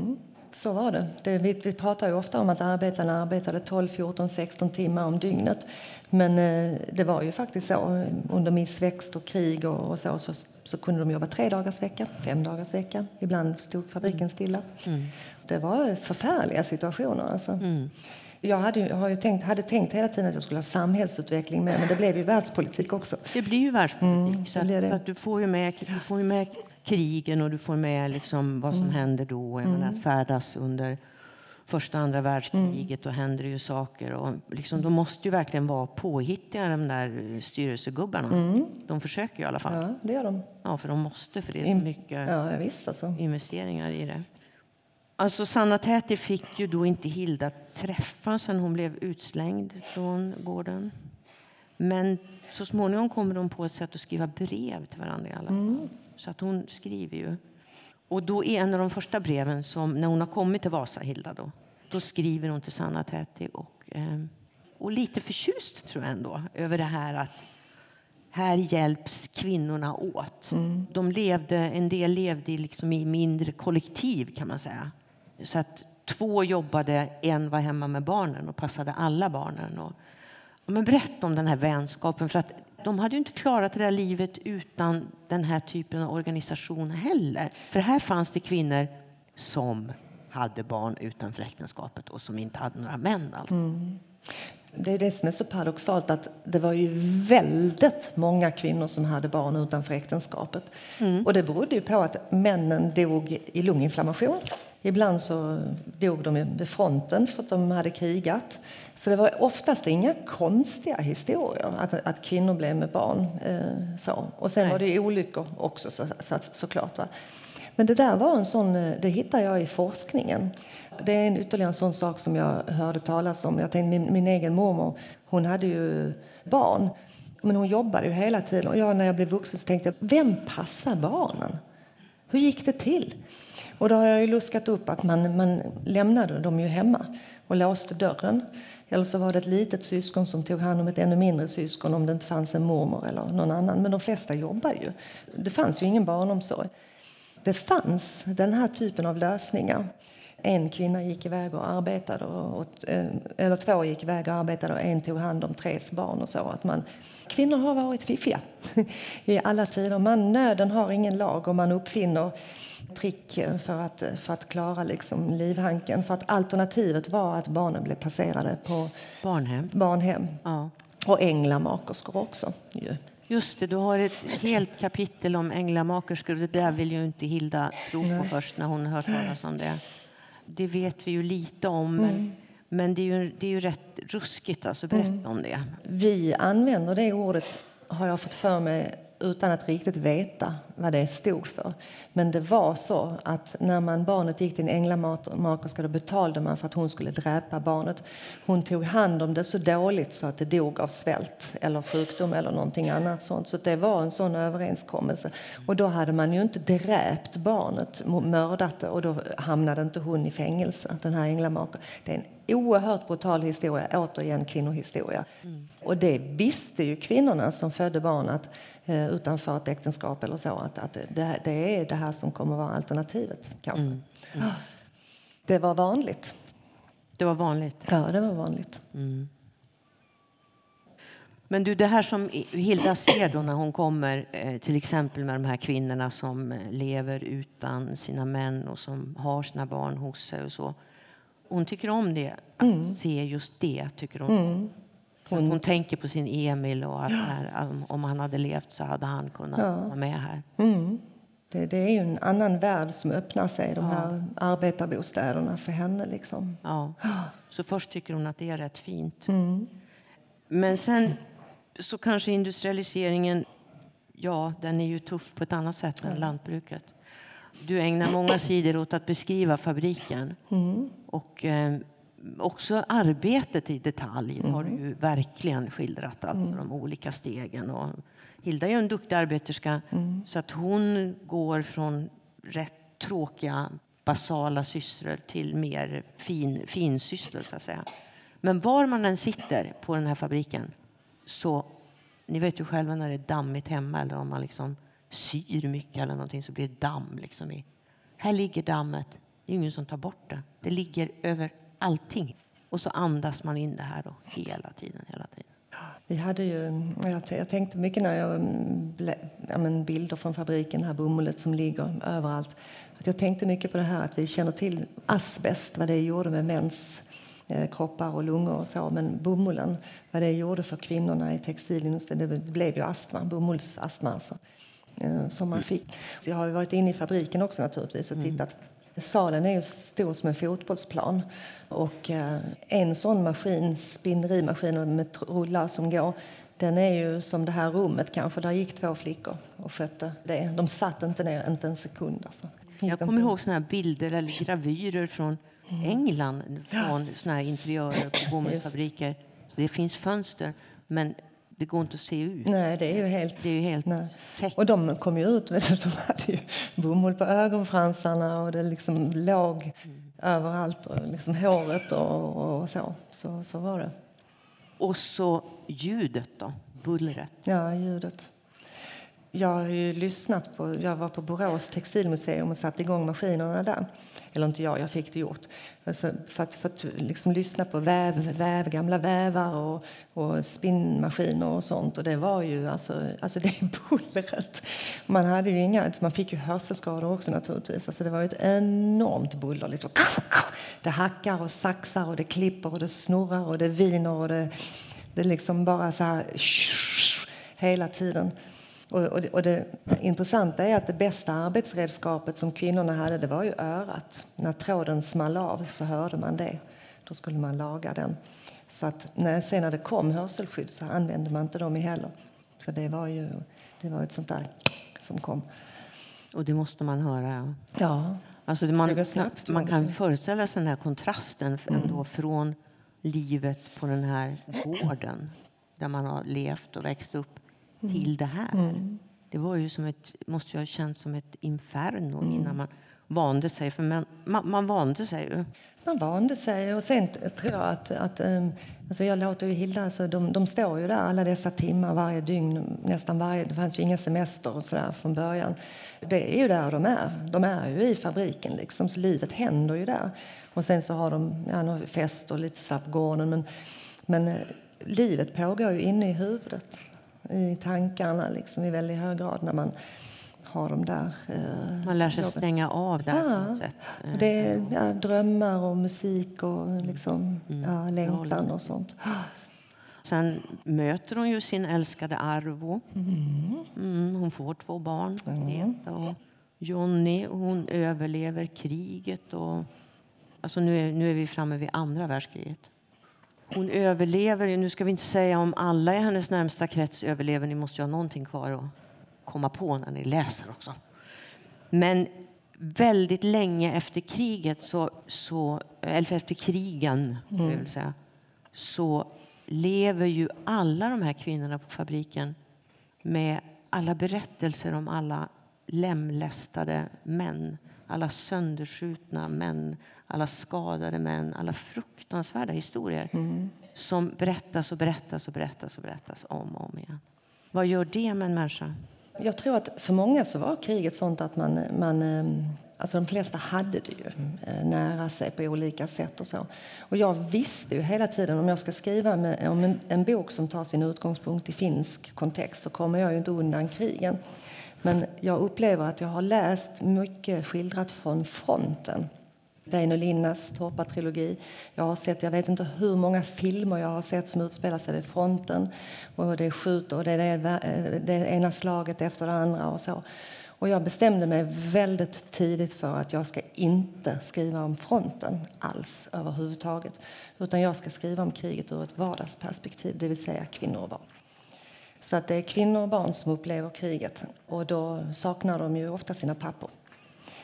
Så var det. Vi pratar ju ofta om att arbetarna arbetade 12, 14, 16 timmar om dygnet. Men det var ju faktiskt så. Under missväxt och krig och så kunde de jobba 3 dagars vecka, 5 dagars vecka. Ibland stod fabriken stilla. Det var förfärliga situationer. Alltså. Jag hade tänkt hela tiden att jag skulle ha samhällsutveckling med, men det blev ju världspolitik också. Det blir ju världspolitik. Så att du får ju med krigen och du får med liksom vad som händer då. Jag menar, att färdas under första och andra världskriget och händer ju saker. Och liksom, de måste ju verkligen vara påhittiga, de där styrelsegubbarna. De försöker ju i alla fall. Ja, det gör de. Ja, för de måste, för det är så mycket investeringar i det. Alltså Sanna Täti fick ju då inte Hilda träffa sen hon blev utslängd från gården. Men så småningom kommer de på ett sätt att skriva brev till varandra i alla fall. Så att hon skriver ju. Och då är en av de första breven som, när hon har kommit till Vasa, Hilda då skriver hon till Sanna Täti och lite förtjust tror jag ändå över det här att här hjälps kvinnorna åt. En del levde liksom i mindre kollektiv kan man säga. Så att 2 jobbade, en var hemma med barnen och passade alla barnen. Men berätta om den här vänskapen, för att de hade ju inte klarat det där livet utan den här typen av organisation heller. För här fanns det kvinnor som hade barn utanför äktenskapet och som inte hade några män alls. Det är det som är så paradoxalt, att det var ju väldigt många kvinnor som hade barn utanför äktenskapet. Och det berodde ju på att männen dog i lunginflammation. Ibland så dog de vid fronten för att de hade krigat. Så det var oftast inga konstiga historier att kvinnor blev med barn. Och sen var det olyckor också såklart. Va? Men det där var en sån, det hittar jag i forskningen. Det är ytterligare en sån sak som jag hörde talas om. Jag tänkte, min egen mormor, hon hade ju barn. Men hon jobbade ju hela tiden. Och när jag blev vuxen så tänkte jag, vem passar barnen? Hur gick det till? Och då har jag ju luskat upp att man lämnade dem ju hemma och låste dörren. Eller så var det ett litet syskon som tog hand om ett ännu mindre syskon om det inte fanns en mormor eller någon annan. Men de flesta jobbar ju. Det fanns ju ingen barnomsorg. Det fanns den här typen av lösningar. En kvinna gick iväg och arbetade, eller 2 gick iväg och arbetade och en tog hand om 3 barn och så. Att kvinnor har varit fiffiga i alla tider. Nöden har ingen lag och man uppfinner trick för att klara liksom livhanken. För att alternativet var att barnen blev placerade på barnhem. Ja. Och änglamakerskor också. Just det, du har ett helt kapitel om änglamakerskor. Det där vill ju inte Hilda tro på först när hon hör talas om det. Det vet vi ju lite om, men det är ju rätt ruskigt. Alltså, berätta om det. Vi använder det ordet, har jag fått för mig, utan att riktigt veta vad det stod för. Men det var så att när barnet gick till en änglamakerska, då betalade man för att hon skulle dräpa barnet. Hon tog hand om det så dåligt så att det dog av svält eller sjukdom eller någonting annat sånt. Så det var en sån överenskommelse. Och då hade man ju inte dräpt barnet, mördat det, och då hamnade inte hon i fängelse, den här änglamakerska. Det är en oerhört brutal historia, återigen kvinnohistoria. Och det visste ju kvinnorna som födde barnet utanför ett äktenskap eller så, att det är det här som kommer vara alternativet kanske. Det var vanligt. Det var vanligt? Ja, det var vanligt. Men du, det här som Hilda ser då när hon kommer till exempel med de här kvinnorna som lever utan sina män och som har sina barn hos sig och så. Hon tycker om det, att se just det, tycker hon. Hon tänker på sin Emil och att om han hade levt så hade han kunnat vara med här. Det är ju en annan värld som öppnar sig, de här arbetarbostäderna för henne. Liksom. Ja. Så först tycker hon att det är rätt fint. Men sen så kanske industrialiseringen, den är ju tuff på ett annat sätt än lantbruket. Du ägnar många sidor åt att beskriva fabriken. Och också arbetet i detalj har du ju verkligen skildrat. Alltså de olika stegen. Och Hilda är ju en duktig arbeterska. Så att hon går från rätt tråkiga, basala sysslor till mer finsysslor så att säga. Men var man än sitter på den här fabriken så, ni vet ju själva när det är dammigt hemma eller om man liksom syr mycket eller någonting så blir det damm liksom i. Här ligger dammet. Det är ingen som tar bort det. Det ligger över allting. Och så andas man in det här då hela tiden. Vi hade ju, jag tänkte mycket när jag bilder från fabriken, här bomullet som ligger överallt. Att jag tänkte mycket på det här att vi känner till asbest, vad det gjorde med mäns kroppar och lungor och så. Men bomullen, vad det gjorde för kvinnorna i textilindustrin, det blev ju astma, bomullsastma alltså, som man fick. Så jag har ju varit inne i fabriken också naturligtvis och tittat. Salen är ju stor som en fotbollsplan och en sån maskin, spinnerimaskin med rullar som går, den är ju som det här rummet kanske. Där gick 2 flickor och skötte det. De satt inte ner, inte en sekund alltså. Jag kommer ihåg såna här bilder eller gravyrer från England från såna här interiörer på bomullsfabriker. Det finns fönster men det går inte att se ut. Nej, det är ju helt täckt. Och de kom ju ut, vet du, de hade ju bomull på ögonfransarna och det liksom låg överallt och liksom håret och så var det. Och så ljudet då, bullret. Ja, ljudet. Jag har ju lyssnat på, jag var på Borås textilmuseum och satte igång maskinerna där. Eller inte jag fick det gjort. Alltså för att liksom lyssna på gamla vävar och spinnmaskiner och sånt. Och det var ju alltså det är bullret. Man hade ju man fick ju hörselskador också naturligtvis. Alltså det var ju ett enormt buller. Liksom. Det hackar och saxar och det klipper och det snurrar och det viner och det liksom bara så här hela tiden. Och det intressanta är att det bästa arbetsredskapet som kvinnorna hade, det var ju örat. När tråden small av så hörde man det. Då skulle man laga den. Så att när det kom hörselskydd så använde man inte dem heller. För det var ett sånt där som kom. Och det måste man höra. Ja. Alltså man kan föreställa sig den här kontrasten ändå från livet på den här gården där man har levt och växt upp till det här. Det var ju måste jag ha känt som ett inferno innan man vande sig. För man vande sig ju. Man vande sig och sen tror jag att alltså jag låter ju Hilda, alltså de står ju där alla dessa timmar varje dygn, nästan varje, det fanns ju inga semester och sådär från början. Det är ju där de är. De är ju i fabriken liksom, så livet händer ju där. Och sen så har de någon fest och lite så på gården, men livet pågår ju inne i huvudet. I tankarna liksom, i väldigt hög grad när man har de där... man lär sig stänga av där på något sätt. Det är drömmar och musik och liksom, längtan och sånt. Sen möter hon ju sin älskade Arvo. Hon får 2 barn. Greta och Jonny. Hon överlever kriget. Och, alltså nu är vi framme vid andra världskriget. Hon överlever, nu ska vi inte säga om alla i hennes närmsta krets överlever. Ni måste ju ha någonting kvar att komma på när ni läser också. Men väldigt länge efter kriget eller efter krigen vill säga, så lever ju alla de här kvinnorna på fabriken med alla berättelser om alla lemlästade män. Alla sönderskjutna män, alla skadade män, alla fruktansvärda historier som berättas om och om igen. Vad gör det med en människa? Jag tror att för många så var kriget sånt att alltså de flesta hade det ju nära sig på olika sätt och så. Och jag visste ju hela tiden om jag ska skriva om en bok som tar sin utgångspunkt i finsk kontext så kommer jag ju inte undan krigen. Men jag upplever att jag har läst mycket skildrat från fronten. Väinö Linnas Torpa-trilogi. Jag vet inte hur många filmer jag har sett som utspelar sig vid fronten. Och det skjuter och det är det ena slaget efter det andra och så. Och jag bestämde mig väldigt tidigt för att jag ska inte skriva om fronten alls överhuvudtaget. Utan jag ska skriva om kriget ur ett vardagsperspektiv, det vill säga kvinnor och barn. Så att det är kvinnor och barn som upplever kriget och då saknar de ju ofta sina pappor.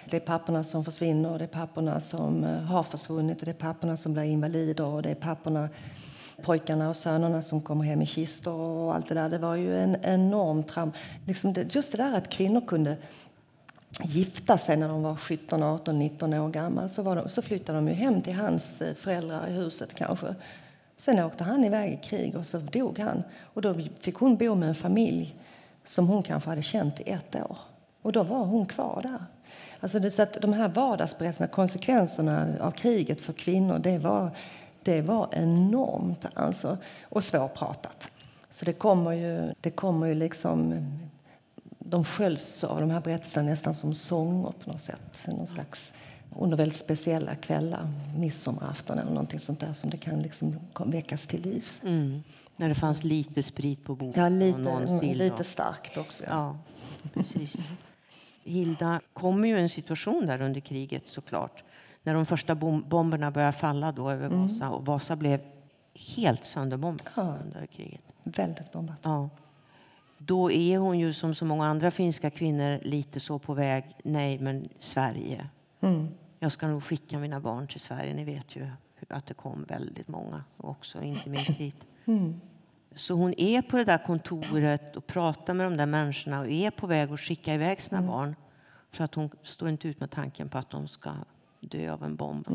Det är papporna som försvinner, och det är papporna som har försvunnit, och det är papporna som blir invalider, och det är pojkarna och sönerna som kommer hem i kistor och allt det där. Det var ju en enorm trauma. Liksom just det där att kvinnor kunde gifta sig när de var 17, 18, 19 år gamla. Så flyttade de ju hem till hans föräldrar i huset kanske. Sen åkte han iväg i krig och så dog han. Och då fick hon bo med en familj som hon kanske hade känt i 1 år. Och då var hon kvar där. Alltså så att de här vardagsberättelserna, konsekvenserna av kriget för kvinnor, det var enormt alltså, och svårpratat. Så det kommer ju liksom, de sköljs av de här berättelserna nästan som sånger på något sätt. Någon slags, under väldigt speciella kvällar, midsommarafton eller någonting sånt där, som det kan liksom väckas till livs. När det fanns lite sprit på bordet. Ja, lite starkt också. Ja, precis. Hilda kommer ju i en situation där under kriget såklart. När de första bomberna började falla då över Vasa. Och Vasa blev helt sönderbombad under kriget. Väldigt bombat. Ja. Då är hon ju som så många andra finska kvinnor lite så på väg. Nej, men Sverige. Jag ska nog skicka mina barn till Sverige. Ni vet ju att det kom väldigt många också, inte minst hit. Så hon är på det där kontoret och pratar med de där människorna och är på väg att skicka iväg sina barn. För att hon står inte ut med tanken på att de ska dö av en bomb.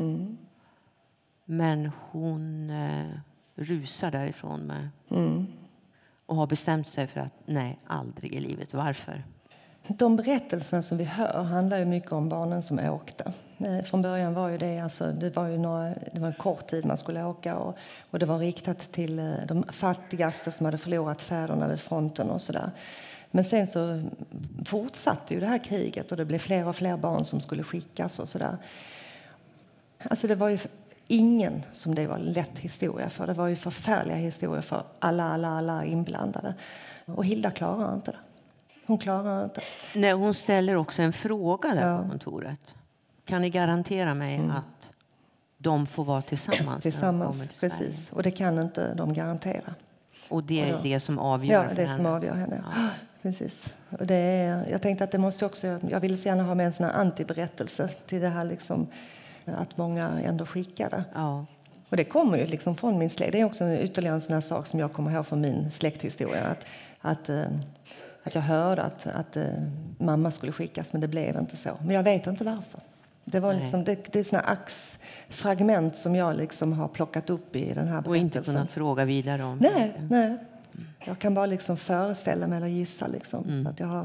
Men hon rusar därifrån med och har bestämt sig för att nej, aldrig i livet. Varför? De berättelser som vi hör handlar ju mycket om barnen som åkte. Från början var ju det var en kort tid man skulle åka, och det var riktat till de fattigaste som hade förlorat fäderna vid fronten och sådär. Men sen så fortsatte ju det här kriget, och det blev fler och fler barn som skulle skickas och sådär. Alltså det var ju ingen som det var lätt historia för. Det var ju förfärliga historier för alla inblandade. Och Hilda klarar inte det. Hon klarar inte. Nej, hon ställer också en fråga där på kontoret. Kan ni garantera mig att de får vara tillsammans? Tillsammans, precis. Och det kan inte de garantera. Och det är det som avgör för henne? Ja, det som avgör henne. Ja. Precis. Och jag tänkte att det måste också... Jag ville så gärna ha med en sån här antiberättelse till det här liksom, att många ändå skickade. Ja. Och det kommer ju liksom från min släkt. Det är också ytterligare en sån här sak som jag kommer ihåg från min släkthistoria. Att jag hörde att mamma skulle skickas, men det blev inte så. Men jag vet inte varför. Det var liksom, det är såna axfragment som jag liksom har plockat upp i den här berättelsen. Och inte kunnat fråga vidare om. Nej. Jag kan bara liksom föreställa mig eller gissa. Liksom, så att jag har...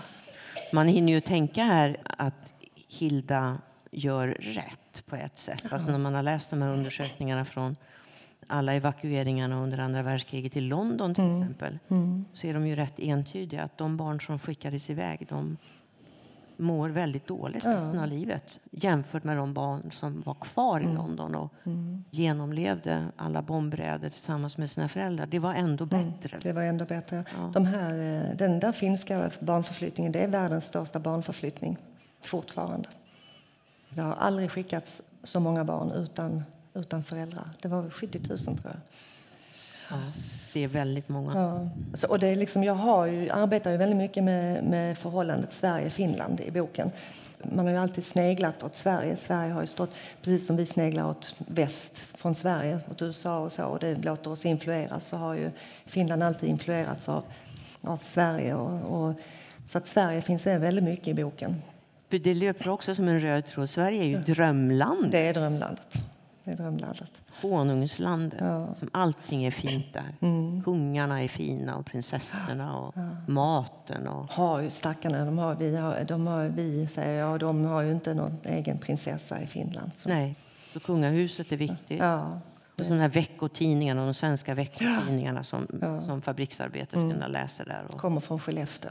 Man hinner ju tänka här att Hilda gör rätt på ett sätt. Alltså när man har läst de här undersökningarna från alla evakueringarna under andra världskriget i London till exempel, så är de ju rätt entydiga att de barn som skickades iväg, de mår väldigt dåligt resten av livet jämfört med de barn som var kvar i London och genomlevde alla bombräder tillsammans med sina föräldrar. Det var ändå bättre. Det var ändå bättre. Ja. Den där finska barnförflyttningen, det är världens största barnförflyttning fortfarande. Det har aldrig skickats så många barn utan föräldrar. Det var 70 000 tror jag. Ja, det är väldigt många. Ja. Och det är liksom, jag arbetar ju väldigt mycket med förhållandet Sverige-Finland i boken. Man har ju alltid sneglat åt Sverige. Sverige har ju stått, precis som vi sneglar åt väst från Sverige, åt USA och så. Och det låter oss influeras, så har ju Finland alltid influerats av Sverige. Så att Sverige finns väldigt mycket i boken. Det löper också som en röd tråd. Sverige är ju drömland. Det är drömlandet. Honungslandet. Ja. Som allting är fint där. Kungarna är fina och prinsessorna och maten. Och... Har ju stackarna. Vi säger jag, de har ju inte någon egen prinsessa i Finland. Så. Nej, så kungahuset är viktigt. Ja. Och sådana här veckotidningarna, de svenska veckotidningarna som fabriksarbetare läser där. Och... Kommer från Skellefteå.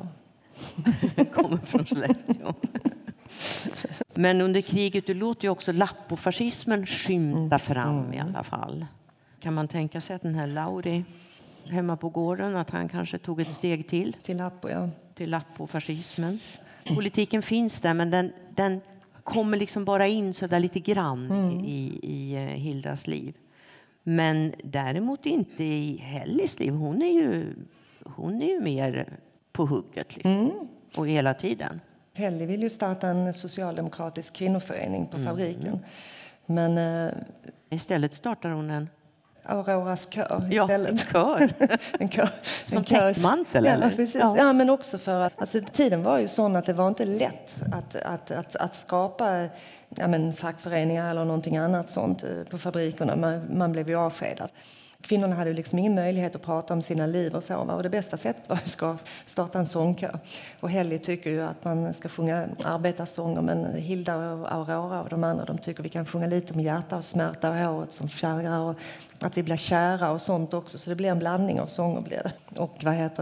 Men under kriget, det låter ju också lappofascismen skymta fram i alla fall. Kan man tänka sig att den här Lauri hemma på gården, att han kanske tog ett steg till Lappo, ja. Till lappofascismen. Politiken finns där, men den kommer liksom bara in så där lite grann i Hildas liv. Men däremot inte i Hellys liv. Hon är ju mer på hugget liksom. Och hela tiden. Helly vill ju starta en socialdemokratisk kvinnoförening på fabriken. Men istället startar hon en Auroras kör istället. en kör. en kör. Som täckmantel, eller? Ja, precis. Ja, men också för att alltså, tiden var ju sån att det var inte lätt att skapa fackföreningar eller någonting annat sånt på fabrikerna. Man blev ju avskedad. Kvinnorna hade ju liksom ingen möjlighet att prata om sina liv och så. Och det bästa sättet var att starta en sångkör. Och Helly tycker ju att man ska sjunga arbetarsånger, men Hilda och Aurora och de andra, de tycker vi kan sjunga lite om hjärta och smärta och håret som fjärrar och att vi blir kära och sånt också. Så det blir en blandning av sånger blir det. Och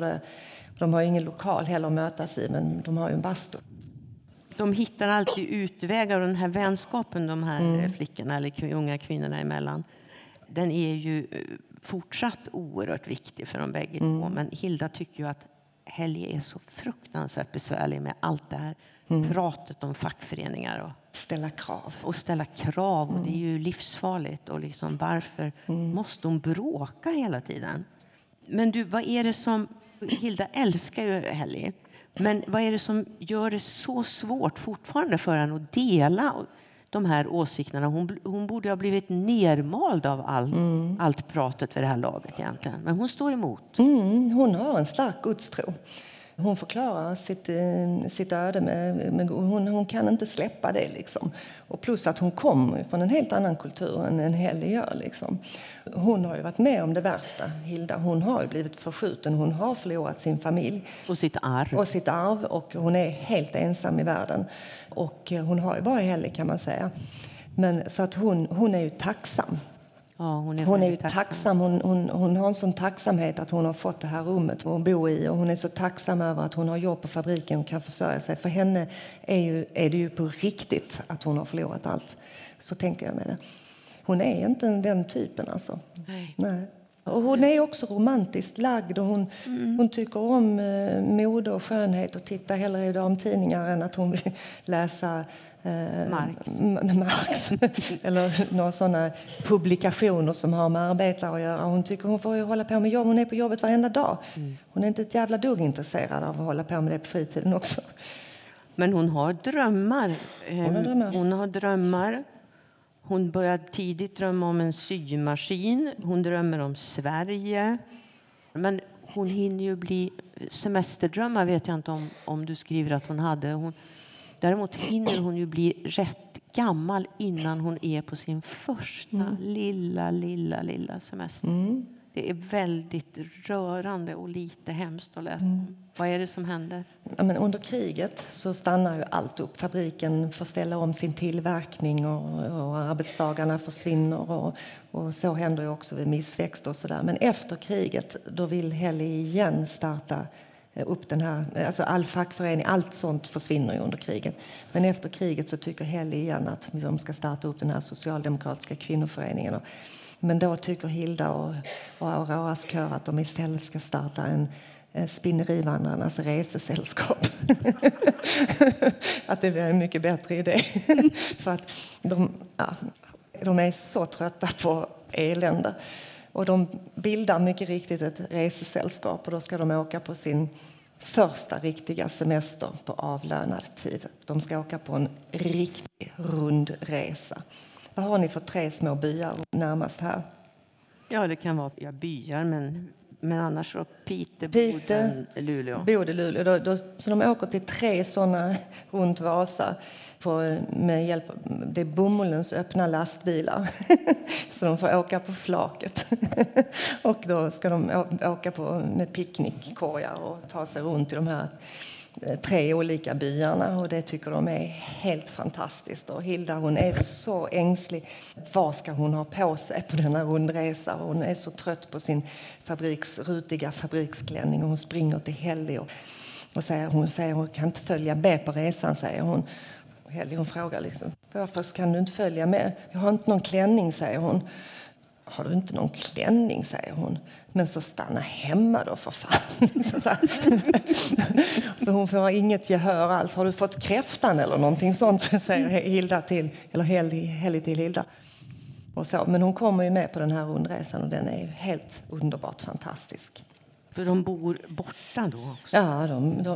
de har ju ingen lokal heller att mötas i, men de har ju en bastu. De hittar alltid utvägar, och den här vänskapen de här flickorna eller unga kvinnorna emellan, den är ju fortsatt oerhört viktig för de bägge två. Men Hilda tycker ju att Helly är så fruktansvärt besvärlig med allt det här pratet om fackföreningar och ställa krav. Och det är ju livsfarligt. Och liksom, varför måste hon bråka hela tiden? Men du, vad är det som... Hilda älskar ju Helly. Men vad är det som gör det så svårt fortfarande för henne att dela de här åsikterna? Hon borde ha blivit nermald av allt pratet för det här laget egentligen. Men hon står emot. Hon har en stark gudstro. Hon förklarar sitt öde med hon kan inte släppa det liksom. Och plus att hon kommer från en helt annan kultur än Helly gör liksom. Hon har ju varit med om det värsta, Hilda. Hon har ju blivit förskjuten. Hon har förlorat sin familj. Och sitt arv. Och hon är helt ensam i världen. Och hon har ju bara Helly, kan man säga. Men så att hon är ju tacksam. Ja, hon är ju tacksam. Hon har en sån tacksamhet att hon har fått det här rummet att bo i. Och hon är så tacksam över att hon har jobb på fabriken och kan försörja sig. För henne är det ju på riktigt att hon har förlorat allt. Så tänker jag med det. Hon är inte den typen alltså. Nej. Och hon är också romantiskt lagd och hon tycker om mode och skönhet och tittar hellre i damtidningar än att hon vill läsa Marx eller några sådana publikationer som har med arbetare att göra. Hon tycker hon får ju hålla på med jobb. Hon är på jobbet varenda dag. Hon är inte ett jävla dugg intresserad av att hålla på med det på fritiden också. Men hon har drömmar. Hon har drömmar. Hon börjar tidigt drömma om en symaskin. Hon drömmer om Sverige. Men hon hinner ju bli semesterdrömmar, vet jag inte om du skriver att hon hade. Däremot hinner hon ju bli rätt gammal innan hon är på sin första lilla semester. Det är väldigt rörande och lite hemskt att läsa om. Vad är det som händer? Ja, men under kriget så stannar ju allt upp. Fabriken får ställa om sin tillverkning och arbetsdagarna försvinner. Och så händer ju också vid missväxt och sådär. Men efter kriget då vill Helly igen starta upp den här, alltså all fackförening, allt sånt försvinner ju under kriget. Men efter kriget så tycker Helly igen att de ska starta upp den här socialdemokratiska kvinnoföreningen. Men då tycker Hilda och Auroras kör att de istället ska starta en Spinnerivandrarnas resesällskap. Att det är en mycket bättre idé. För att de är så trötta på elände. Och de bildar mycket riktigt ett resesällskap. Och då ska de åka på sin första riktiga semester på avlönad tid. De ska åka på en riktig rundresa. Vad har ni för 3 små byar närmast här? Ja, det kan vara byar, men annars så Piteå, Luleå. Så de åker till 3 sådana runt Vasa med hjälp av det är bomullens öppna lastbilar. Så de får åka på flaket. Och då ska de åka med picknickkorgar och ta sig runt i de här 3 olika byarna, och det tycker de är helt fantastiskt. Och Hilda, hon är så ängslig. Vad ska hon ha på sig på denna rundresa? Hon är så trött på sin rutiga fabriksklänning, och hon springer till Helly och säger hon kan inte följa med på resan, säger hon. Och Helly, hon frågar liksom, varför kan du inte följa med? Jag har inte någon klänning, säger hon. Har du inte någon klänning, säger hon. Men så stanna hemma då, för fan. Så hon får inget gehör alls. Har du fått kräftan eller någonting sånt, säger Helly till Hilda. Och så. Men hon kommer ju med på den här rundresan, och den är ju helt underbart fantastisk. För de bor borta då också? Ja,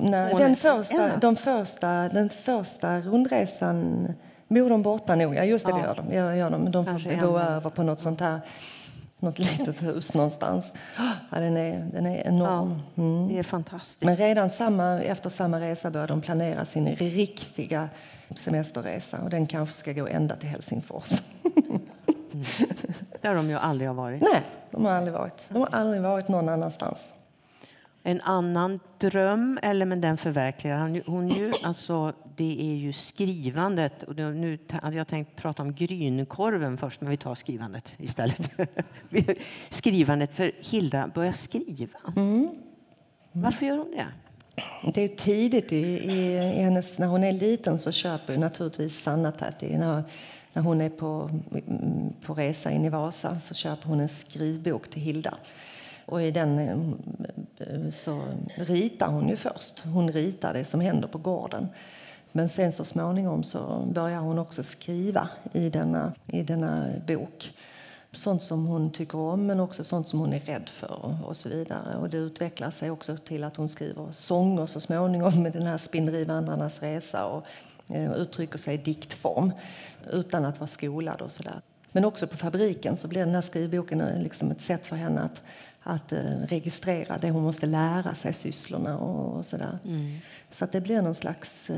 den första rundresan bor de borta nog. Ja, just det, det gör de. De får bo över på något sånt här, något litet hus någonstans. Ja, den är enorm. Ja, det är fantastiskt. Men redan efter samma resa börjar de planera sin riktiga semesterresa. Och den kanske ska gå ända till Helsingfors. Där de ju aldrig har varit. Nej, de har aldrig varit någon annanstans. En annan dröm, eller men den förverkligar hon ju. Alltså, det är ju skrivandet. Och nu hade jag tänkt prata om grynkorven först, men vi tar skrivandet istället. Skrivandet, för Hilda börjar skriva. Varför gör hon det? Det är ju tidigt i hennes, när hon är liten så köper ju naturligtvis Sanna Täti. När hon är på resa in i Vasa så köper hon en skrivbok till Hilda. Och i den så ritar hon ju först. Hon ritar det som händer på gården. Men sen så småningom så börjar hon också skriva i denna bok. Sånt som hon tycker om, men också sånt som hon är rädd för och så vidare. Och det utvecklar sig också till att hon skriver sånger så småningom med den här Spinderivandrarnas resa och uttrycker sig i diktform utan att vara skolad och sådär. Men också på fabriken så blir den här skrivboken liksom ett sätt för henne att registrera det hon måste lära sig, sysslorna och sådär. Så att det blir någon slags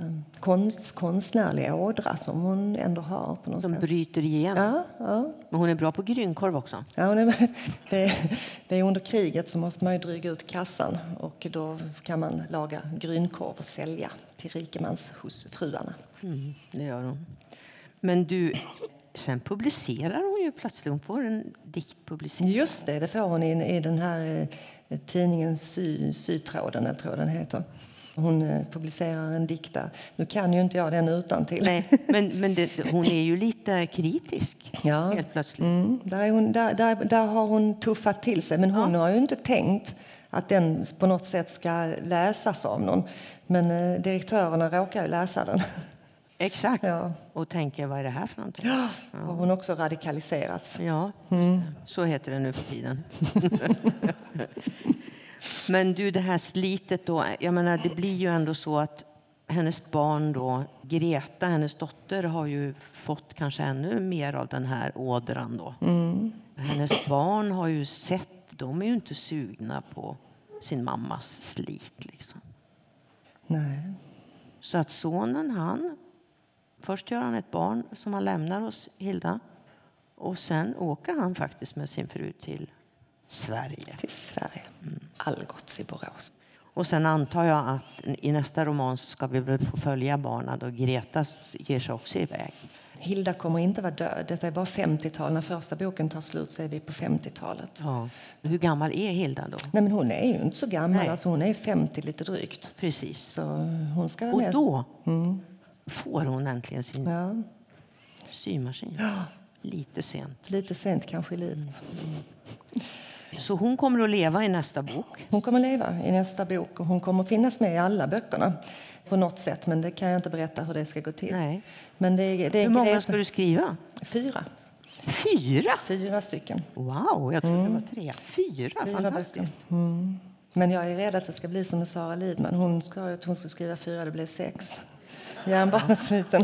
konstnärlig ådra som hon ändå har på något sätt. Som bryter igenom. Ja. Men hon är bra på grynkorv också. Ja, det är under kriget så måste man ju dryga ut kassan och då kan man laga grynkorv och sälja till rikemansfruarna. Det gör hon. Men du, sen publicerar hon ju plötsligt. Hon får en dikt publicerad. Just det får hon i den här tidningen Sytråden, eller tror jag den heter. Hon publicerar en dikt där. Nu kan ju inte jag den utan till. Nej, men hon är ju lite kritisk helt plötsligt. Där har hon tuffat till sig. Men hon har ju inte tänkt att den på något sätt ska läsas av någon. Men direktörerna råkar ju läsa den. Exakt. Ja. Och tänker, vad är det här för någonting? Ja. Och hon har också radikaliserats. Ja, så heter det nu för tiden. Men du, det här slitet då, jag menar, det blir ju ändå så att hennes barn då, Greta, hennes dotter, har ju fått kanske ännu mer av den här ådran då. Hennes barn har ju sett, de är ju inte sugna på sin mammas slit liksom. Nej. Så att sonen, först gör han ett barn som han lämnar hos Hilda. Och sen åker han faktiskt med sin fru till Sverige. Till Sverige. Algots i Borås. Och sen antar jag att i nästa roman så ska vi väl få följa barnen och Greta ger sig också iväg. Hilda kommer inte vara död. Detta är bara 50-tal. När första boken tar slut så är vi på 50-talet. Ja. Hur gammal är Hilda då? Nej, men hon är ju inte så gammal. Alltså, hon är 50 lite drygt. Precis. Så hon ska och med. Då får hon äntligen sin symaskin. Ja. Lite sent. Lite sent kanske i livet. Så hon kommer att leva i nästa bok? Hon kommer att leva i nästa bok och hon kommer att finnas med i alla böckerna på något sätt. Men det kan jag inte berätta hur det ska gå till. Nej. Men det är hur många ska du skriva? 4. 4? 4 stycken. Wow, jag trodde det var 3. 4, fantastiskt. Men jag är rädd att det ska bli som med Sara Lidman. Hon ska skriva 4, det blev 6. Järnbarnsviten.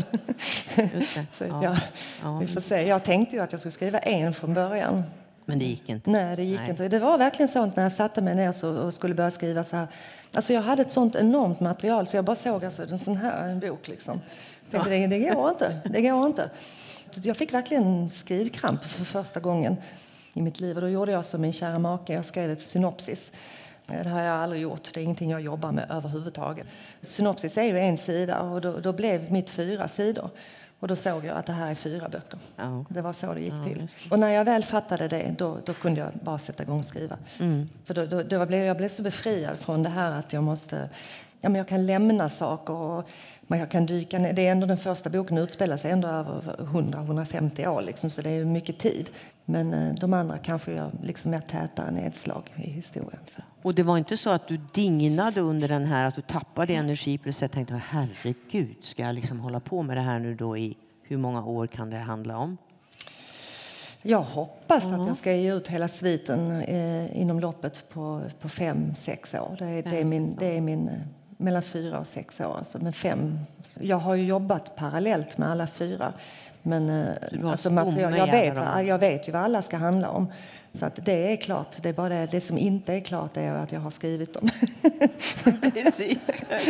Vi får se. Jag tänkte ju att jag skulle skriva 1 från början. Men det gick inte. Nej, det gick inte. Det var verkligen sånt när jag satte mig ner och skulle börja skriva så här. Alltså jag hade ett sånt enormt material så jag bara såg en sån här bok liksom. Jag tänkte, det går inte. Jag fick verkligen skrivkramp för första gången i mitt liv. Och då gjorde jag som min kära make. Jag skrev ett synopsis. Det har jag aldrig gjort. Det är ingenting jag jobbar med överhuvudtaget. Synopsis är ju 1 sida och då blev mitt 4 sidor. Och då såg jag att det här är 4 böcker. Ja. Det var så det gick till. Och när jag väl fattade det, då kunde jag bara sätta igång och skriva. För då blev jag så befriad från det här att jag måste... Ja, men jag kan lämna saker och jag kan dyka ner. Det är ändå den första boken utspelar sig ändå över 100-150 år. Liksom, så det är mycket tid. Men de andra kanske jag liksom mer tätare nedslag i historien. Så. Och det var inte så att du dignade under den här, att du tappade energi på det sättet? Tänkte, herregud, ska jag liksom hålla på med det här nu då i hur många år kan det handla om? Jag hoppas att jag ska ge ut hela sviten inom loppet på 5-6 år. Det är min mellan 4 och 6 år. Alltså med 5. Jag har ju jobbat parallellt med alla 4. Men alltså jag vet ju vad alla ska handla om. Så att det är klart. Det är bara det som inte är klart är att jag har skrivit dem. Precis.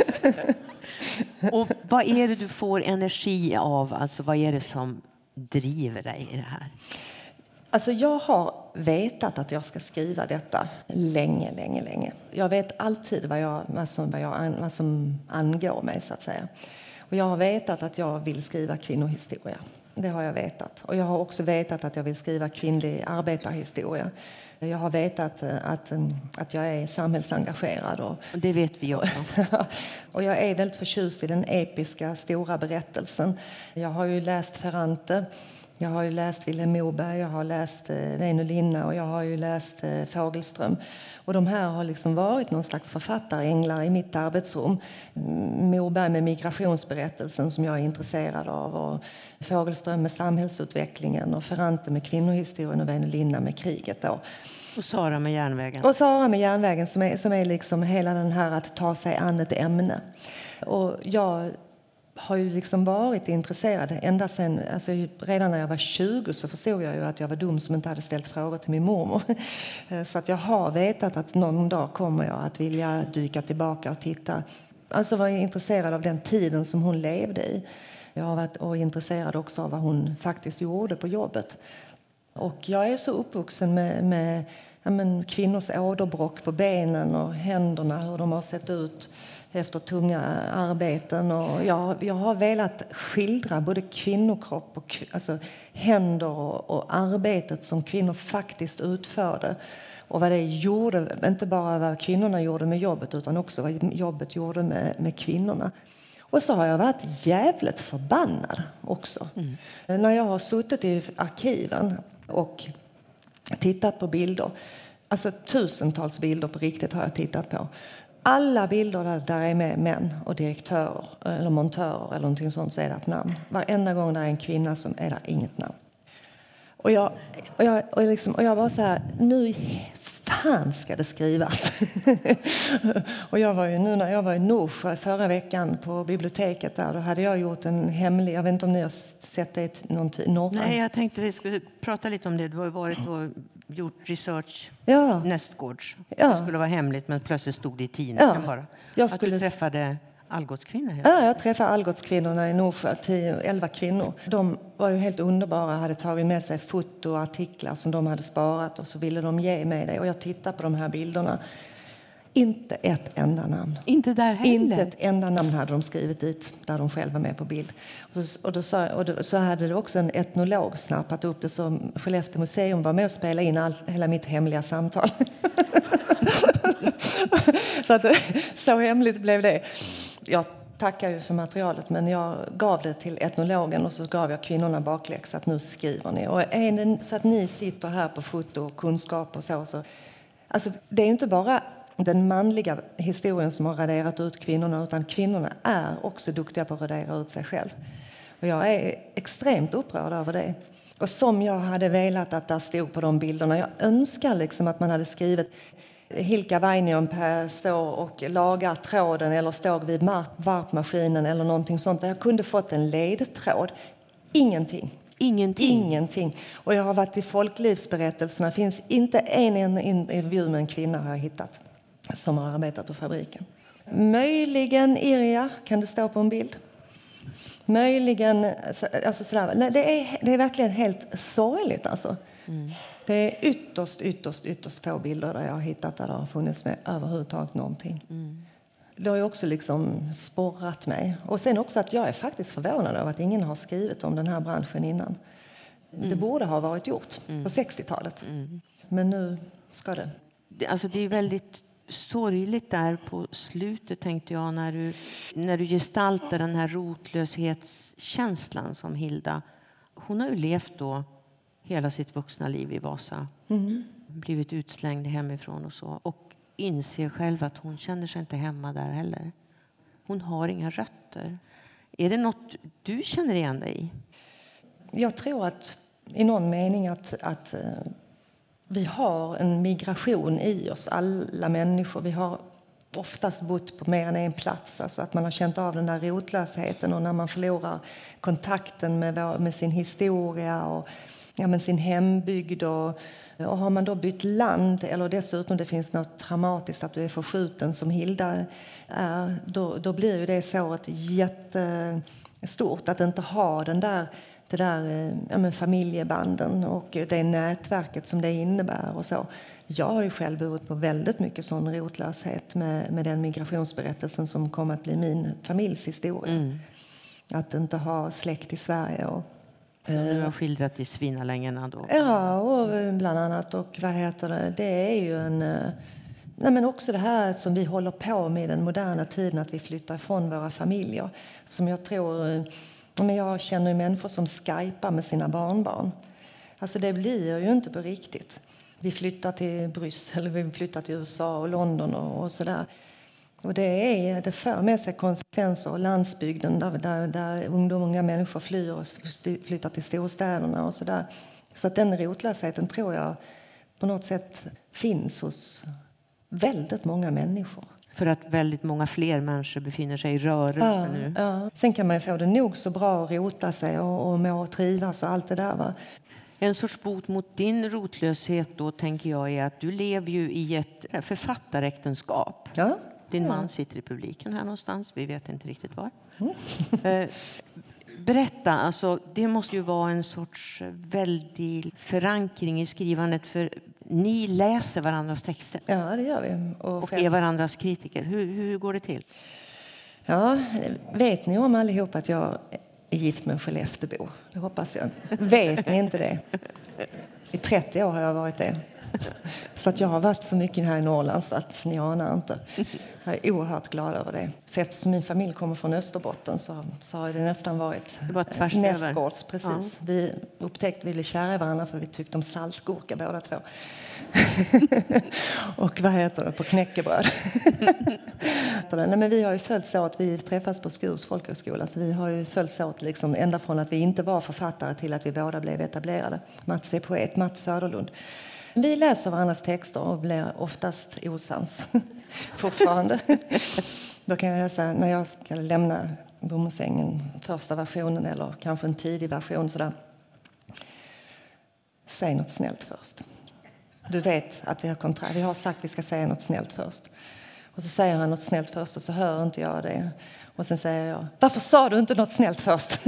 Och vad är det du får energi av? Alltså vad är det som driver dig i det här? Alltså jag har vetat att jag ska skriva detta länge. Jag vet alltid vad som angår mig, så att säga. Och jag har vetat att jag vill skriva kvinnohistoria. Det har jag vetat. Och jag har också vetat att jag vill skriva kvinnlig arbetarhistoria. Jag har vetat att jag är samhällsengagerad. Och det vet vi också. Och jag är väldigt förtjust i den episka stora berättelsen. Jag har ju läst Ferrante. Jag har ju läst Vilhelm Moberg, jag har läst Väinö Linna och jag har ju läst Fogelström. Och de här har liksom varit någon slags författaränglar i mitt arbetsrum. Moberg med migrationsberättelsen som jag är intresserad av, och Fogelström med samhällsutvecklingen, och Ferrante med kvinnohistorien och Väinö Linna med kriget då. Och Sara med järnvägen. Och Sara med järnvägen som är liksom hela den här att ta sig an ett ämne. Och jag har ju liksom varit intresserad ända sedan, alltså redan när jag var 20 så förstod jag ju att jag var dum som inte hade ställt frågor till min mormor. Så att jag har vetat att någon dag kommer jag att vilja dyka tillbaka och titta. Alltså var jag intresserad av den tiden som hon levde i. Jag har varit intresserad också av vad hon faktiskt gjorde på jobbet. Och jag är så uppvuxen med kvinnors åderbråck på benen och händerna, hur de har sett ut efter tunga arbeten. Och jag har velat skildra både kvinnokropp och händer och arbetet som kvinnor faktiskt utförde. Och vad det gjorde, inte bara vad kvinnorna gjorde med jobbet utan också vad jobbet gjorde med kvinnorna. Och så har jag varit jävligt förbannad också. När jag har suttit i arkiven och tittat på bilder, alltså tusentals bilder på riktigt har jag tittat på. Alla bilder där är med män och direktörer eller montörer eller någonting sånt, så är det ett namn. Varenda gång där är en kvinna som är där inget namn. Och jag var så här, nu fan ska det skrivas. Och jag var ju nu när jag var i Norsjö förra veckan på biblioteket där, då hade jag gjort en hemlig, jag vet inte om ni har sett det någon tid. Nej, jag tänkte vi skulle prata lite om det. Du har ju varit och gjort research nästgårds. Det skulle vara hemligt, men plötsligt stod det i tidningen bara. Att du träffade Algotskvinnor. Ja, jag träffade Algotskvinnorna i Norsjö, 11 kvinnor. De var ju helt underbara, hade tagit med sig foto och artiklar som de hade sparat, och så ville de ge mig det. Och jag tittade på de här bilderna. Inte ett enda namn. Inte där heller? Inte ett enda namn hade de skrivit dit där de själva var med på bild. Och så hade det också en etnolog snappat upp det, som Skellefteå museum var med och spelade in hela mitt hemliga samtal. Så hemligt blev det. Jag tackar ju för materialet, men jag gav det till etnologen och så gav jag kvinnorna bakläxa att nu skriver ni. Och så att ni sitter här på foto och kunskap och så. Alltså, det är ju inte bara den manliga historien som har raderat ut kvinnorna, utan kvinnorna är också duktiga på att radera ut sig själv. Och jag är extremt upprörd över det. Och som jag hade velat att det stod på de bilderna. Jag önskar liksom att man hade skrivit Hilka Vainionpää står och lagar tråden eller står vid varpmaskinen eller någonting sånt. Där jag kunde fått en ledtråd. Ingenting. Och jag har varit i folklivsberättelserna. Det finns inte en intervju med en kvinna har jag hittat som har arbetat på fabriken. Möjligen Irja kan det stå på en bild. Möjligen, alltså sådär. Nej, det är verkligen helt sorgligt alltså. Det är ytterst få bilder där jag har hittat där det har funnits med överhuvudtaget någonting. Det har ju också liksom sporrat mig. Och sen också att jag är faktiskt förvånad över att ingen har skrivit om den här branschen innan. Det borde ha varit gjort på 60-talet. Men nu ska det. Alltså det är väldigt sorgligt där på slutet, tänkte jag, när du gestaltar den här rotlöshetskänslan som Hilda. Hon har ju levt då hela sitt vuxna liv i Vasa. Blivit utslängd hemifrån och så. Och inser själv att hon känner sig inte hemma där heller. Hon har inga rötter. Är det något du känner igen dig i? Jag tror att i någon mening att vi har en migration i oss, alla människor. Vi har oftast bott på mer än en plats, alltså att man har känt av den där rotlösheten, och när man förlorar kontakten med sin historia och med sin hembygd och har man då bytt land, eller dessutom det finns något traumatiskt att du är förskjuten som Hilda är, då blir ju det såret jättestort att inte ha det där familjebanden och det nätverket som det innebär och så. Jag har ju själv burit på väldigt mycket sån rotlöshet med den migrationsberättelsen som kommer att bli min familjs historia. Att inte ha släkt i Sverige. Och, du har skildrat i Svinalängerna då? Ja, och bland annat. Och vad heter det? Det är ju men också det här som vi håller på med i den moderna tiden, att vi flyttar ifrån våra familjer. Som jag tror... Men jag känner ju människor som skypar med sina barnbarn. Alltså det blir ju inte på riktigt. Vi flyttar till Bryssel, vi flyttar till USA och London och sådär. Och det för med sig konsekvenser av landsbygden där unga människor flyr och flyttar till storstäderna och sådär. Så att den rotlösheten tror jag på något sätt finns hos väldigt många människor. För att väldigt många fler människor befinner sig i rörelse nu. Ja. Sen kan man ju få det nog så bra att rota sig och må och trivas och allt det där. Va? En sorts bot mot din rotlöshet då, tänker jag, är att du lever ju i ett författaräktenskap. Ja. Din man sitter i publiken här någonstans. Vi vet inte riktigt var. Berätta, alltså, det måste ju vara en sorts väldig förankring i skrivandet, för ni läser varandras texter. Ja, det gör vi. Och är varandras kritiker. Hur går det till? Ja, vet ni om allihop att jag är gift med en Skelleftebo? Det hoppas jag. Vet ni inte det? I 30 år har jag varit det. Så att jag har varit så mycket här i Norrland så att ni anar inte. Jag är oerhört glad över det. För eftersom min familj kommer från Österbotten så har det nästan varit nästgårds. Precis. Ja. Vi upptäckte att vi blev kära i varandra för vi tyckte om saltgurka båda två. Och vad heter det? På knäckebröd. Nej, men vi har ju följts åt, vi träffas på Skurups folkhögskola, så vi har ju följts åt liksom, ända från att vi inte var författare till att vi båda blev etablerade. Mats är poet, Mats Söderlund. Vi läser varandras texter och blir oftast osams fortfarande. Då kan jag säga, när jag ska lämna Bomullsängen, första versionen eller kanske en tidig version, sådär. Säg något snällt först. Du vet att vi har sagt att vi ska säga något snällt först. Och så säger han något snällt först och så hör inte jag det. Och sen säger jag, varför sa du inte något snällt först?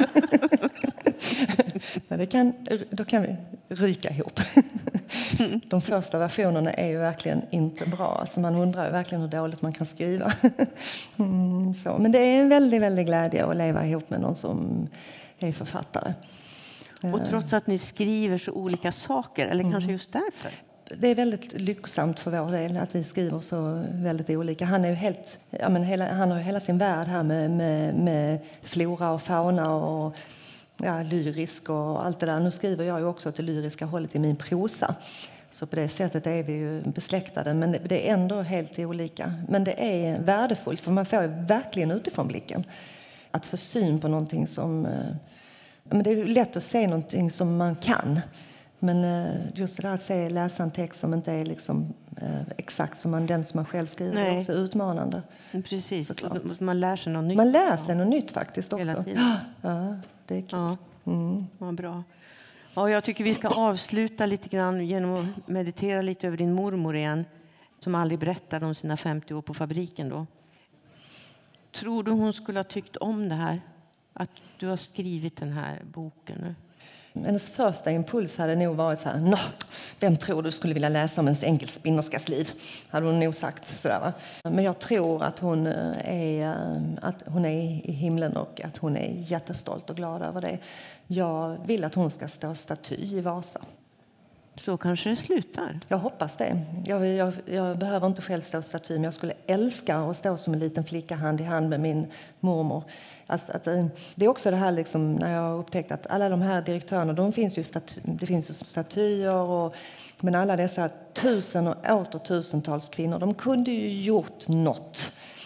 Då kan vi ryka ihop. De första versionerna är ju verkligen inte bra. Alltså man undrar ju verkligen hur dåligt man kan skriva. Så. Men det är en väldigt, väldigt glädje att leva ihop med någon som är författare. Och trots att ni skriver så olika saker, eller kanske just därför? Det är väldigt lycksamt för vår del att vi skriver så väldigt olika. Han är ju han har ju hela sin värld här med flora och fauna och lyrisk och allt det där. Nu skriver jag ju också åt det lyriska hållet i min prosa. Så på det sättet är vi ju besläktade, men det är ändå helt olika. Men det är värdefullt för man får ju verkligen utifrån blicken att få syn på någonting som... Men det är lätt att se någonting som man kan. Men just det där att läsa en text som inte är liksom, exakt som den som man själv skriver är också utmanande. Precis, man lär sig något nytt. Man lär sig något nytt faktiskt också. Hela tiden. Ja, det är kul. Ja. Vad bra. Ja, jag tycker vi ska avsluta lite grann genom att meditera lite över din mormor igen. Som aldrig berättade om sina 50 år på fabriken då. Tror du hon skulle ha tyckt om det här? Att du har skrivit den här boken nu? Hennes första impuls hade nog varit så här, vem tror du skulle vilja läsa om en enkel spinnerskas liv? Hade hon nog sagt sådär, va? Men jag tror att hon är i himlen och att hon är jättestolt och glad över det. Jag vill att hon ska stå staty i Vasa. Så kanske det slutar. Jag hoppas det. Jag behöver inte själv stå staty, men jag skulle älska att stå som en liten flicka hand i hand med min mormor. Det är också det här liksom, när jag upptäckt att alla de här direktörerna, det finns ju statyer, men alla dessa tusen och åter tusentals kvinnor, de kunde ju gjort något.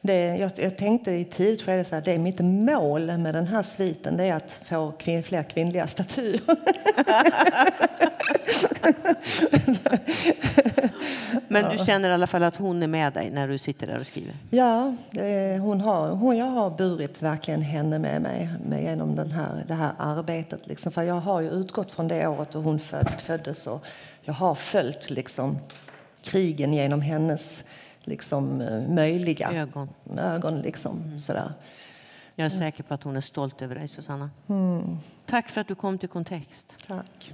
Jag tänkte i tidigt skede så här, det är mitt mål med den här sviten, det är att få fler kvinnliga statyer. Men du känner i alla fall att hon är med dig när du sitter där och skriver? Ja, jag har burit verkligen henne med mig genom det här arbetet. Liksom. För jag har ju utgått från det året då hon föddes, och jag har följt liksom krigen genom hennes liksom möjliga ögon liksom, sådär. Jag är säker på att hon är stolt över dig, Susanna. Tack för att du kom till Kontext. Tack.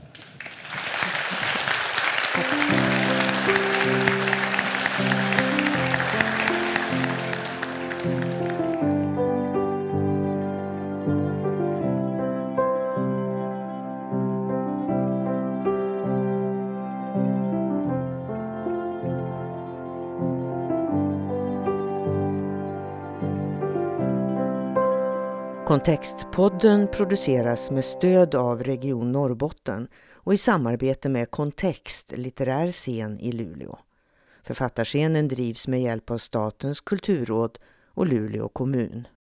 Kontextpodden produceras med stöd av Region Norrbotten och i samarbete med Kontext litterär scen i Luleå. Författarscenen drivs med hjälp av Statens kulturråd och Luleå kommun.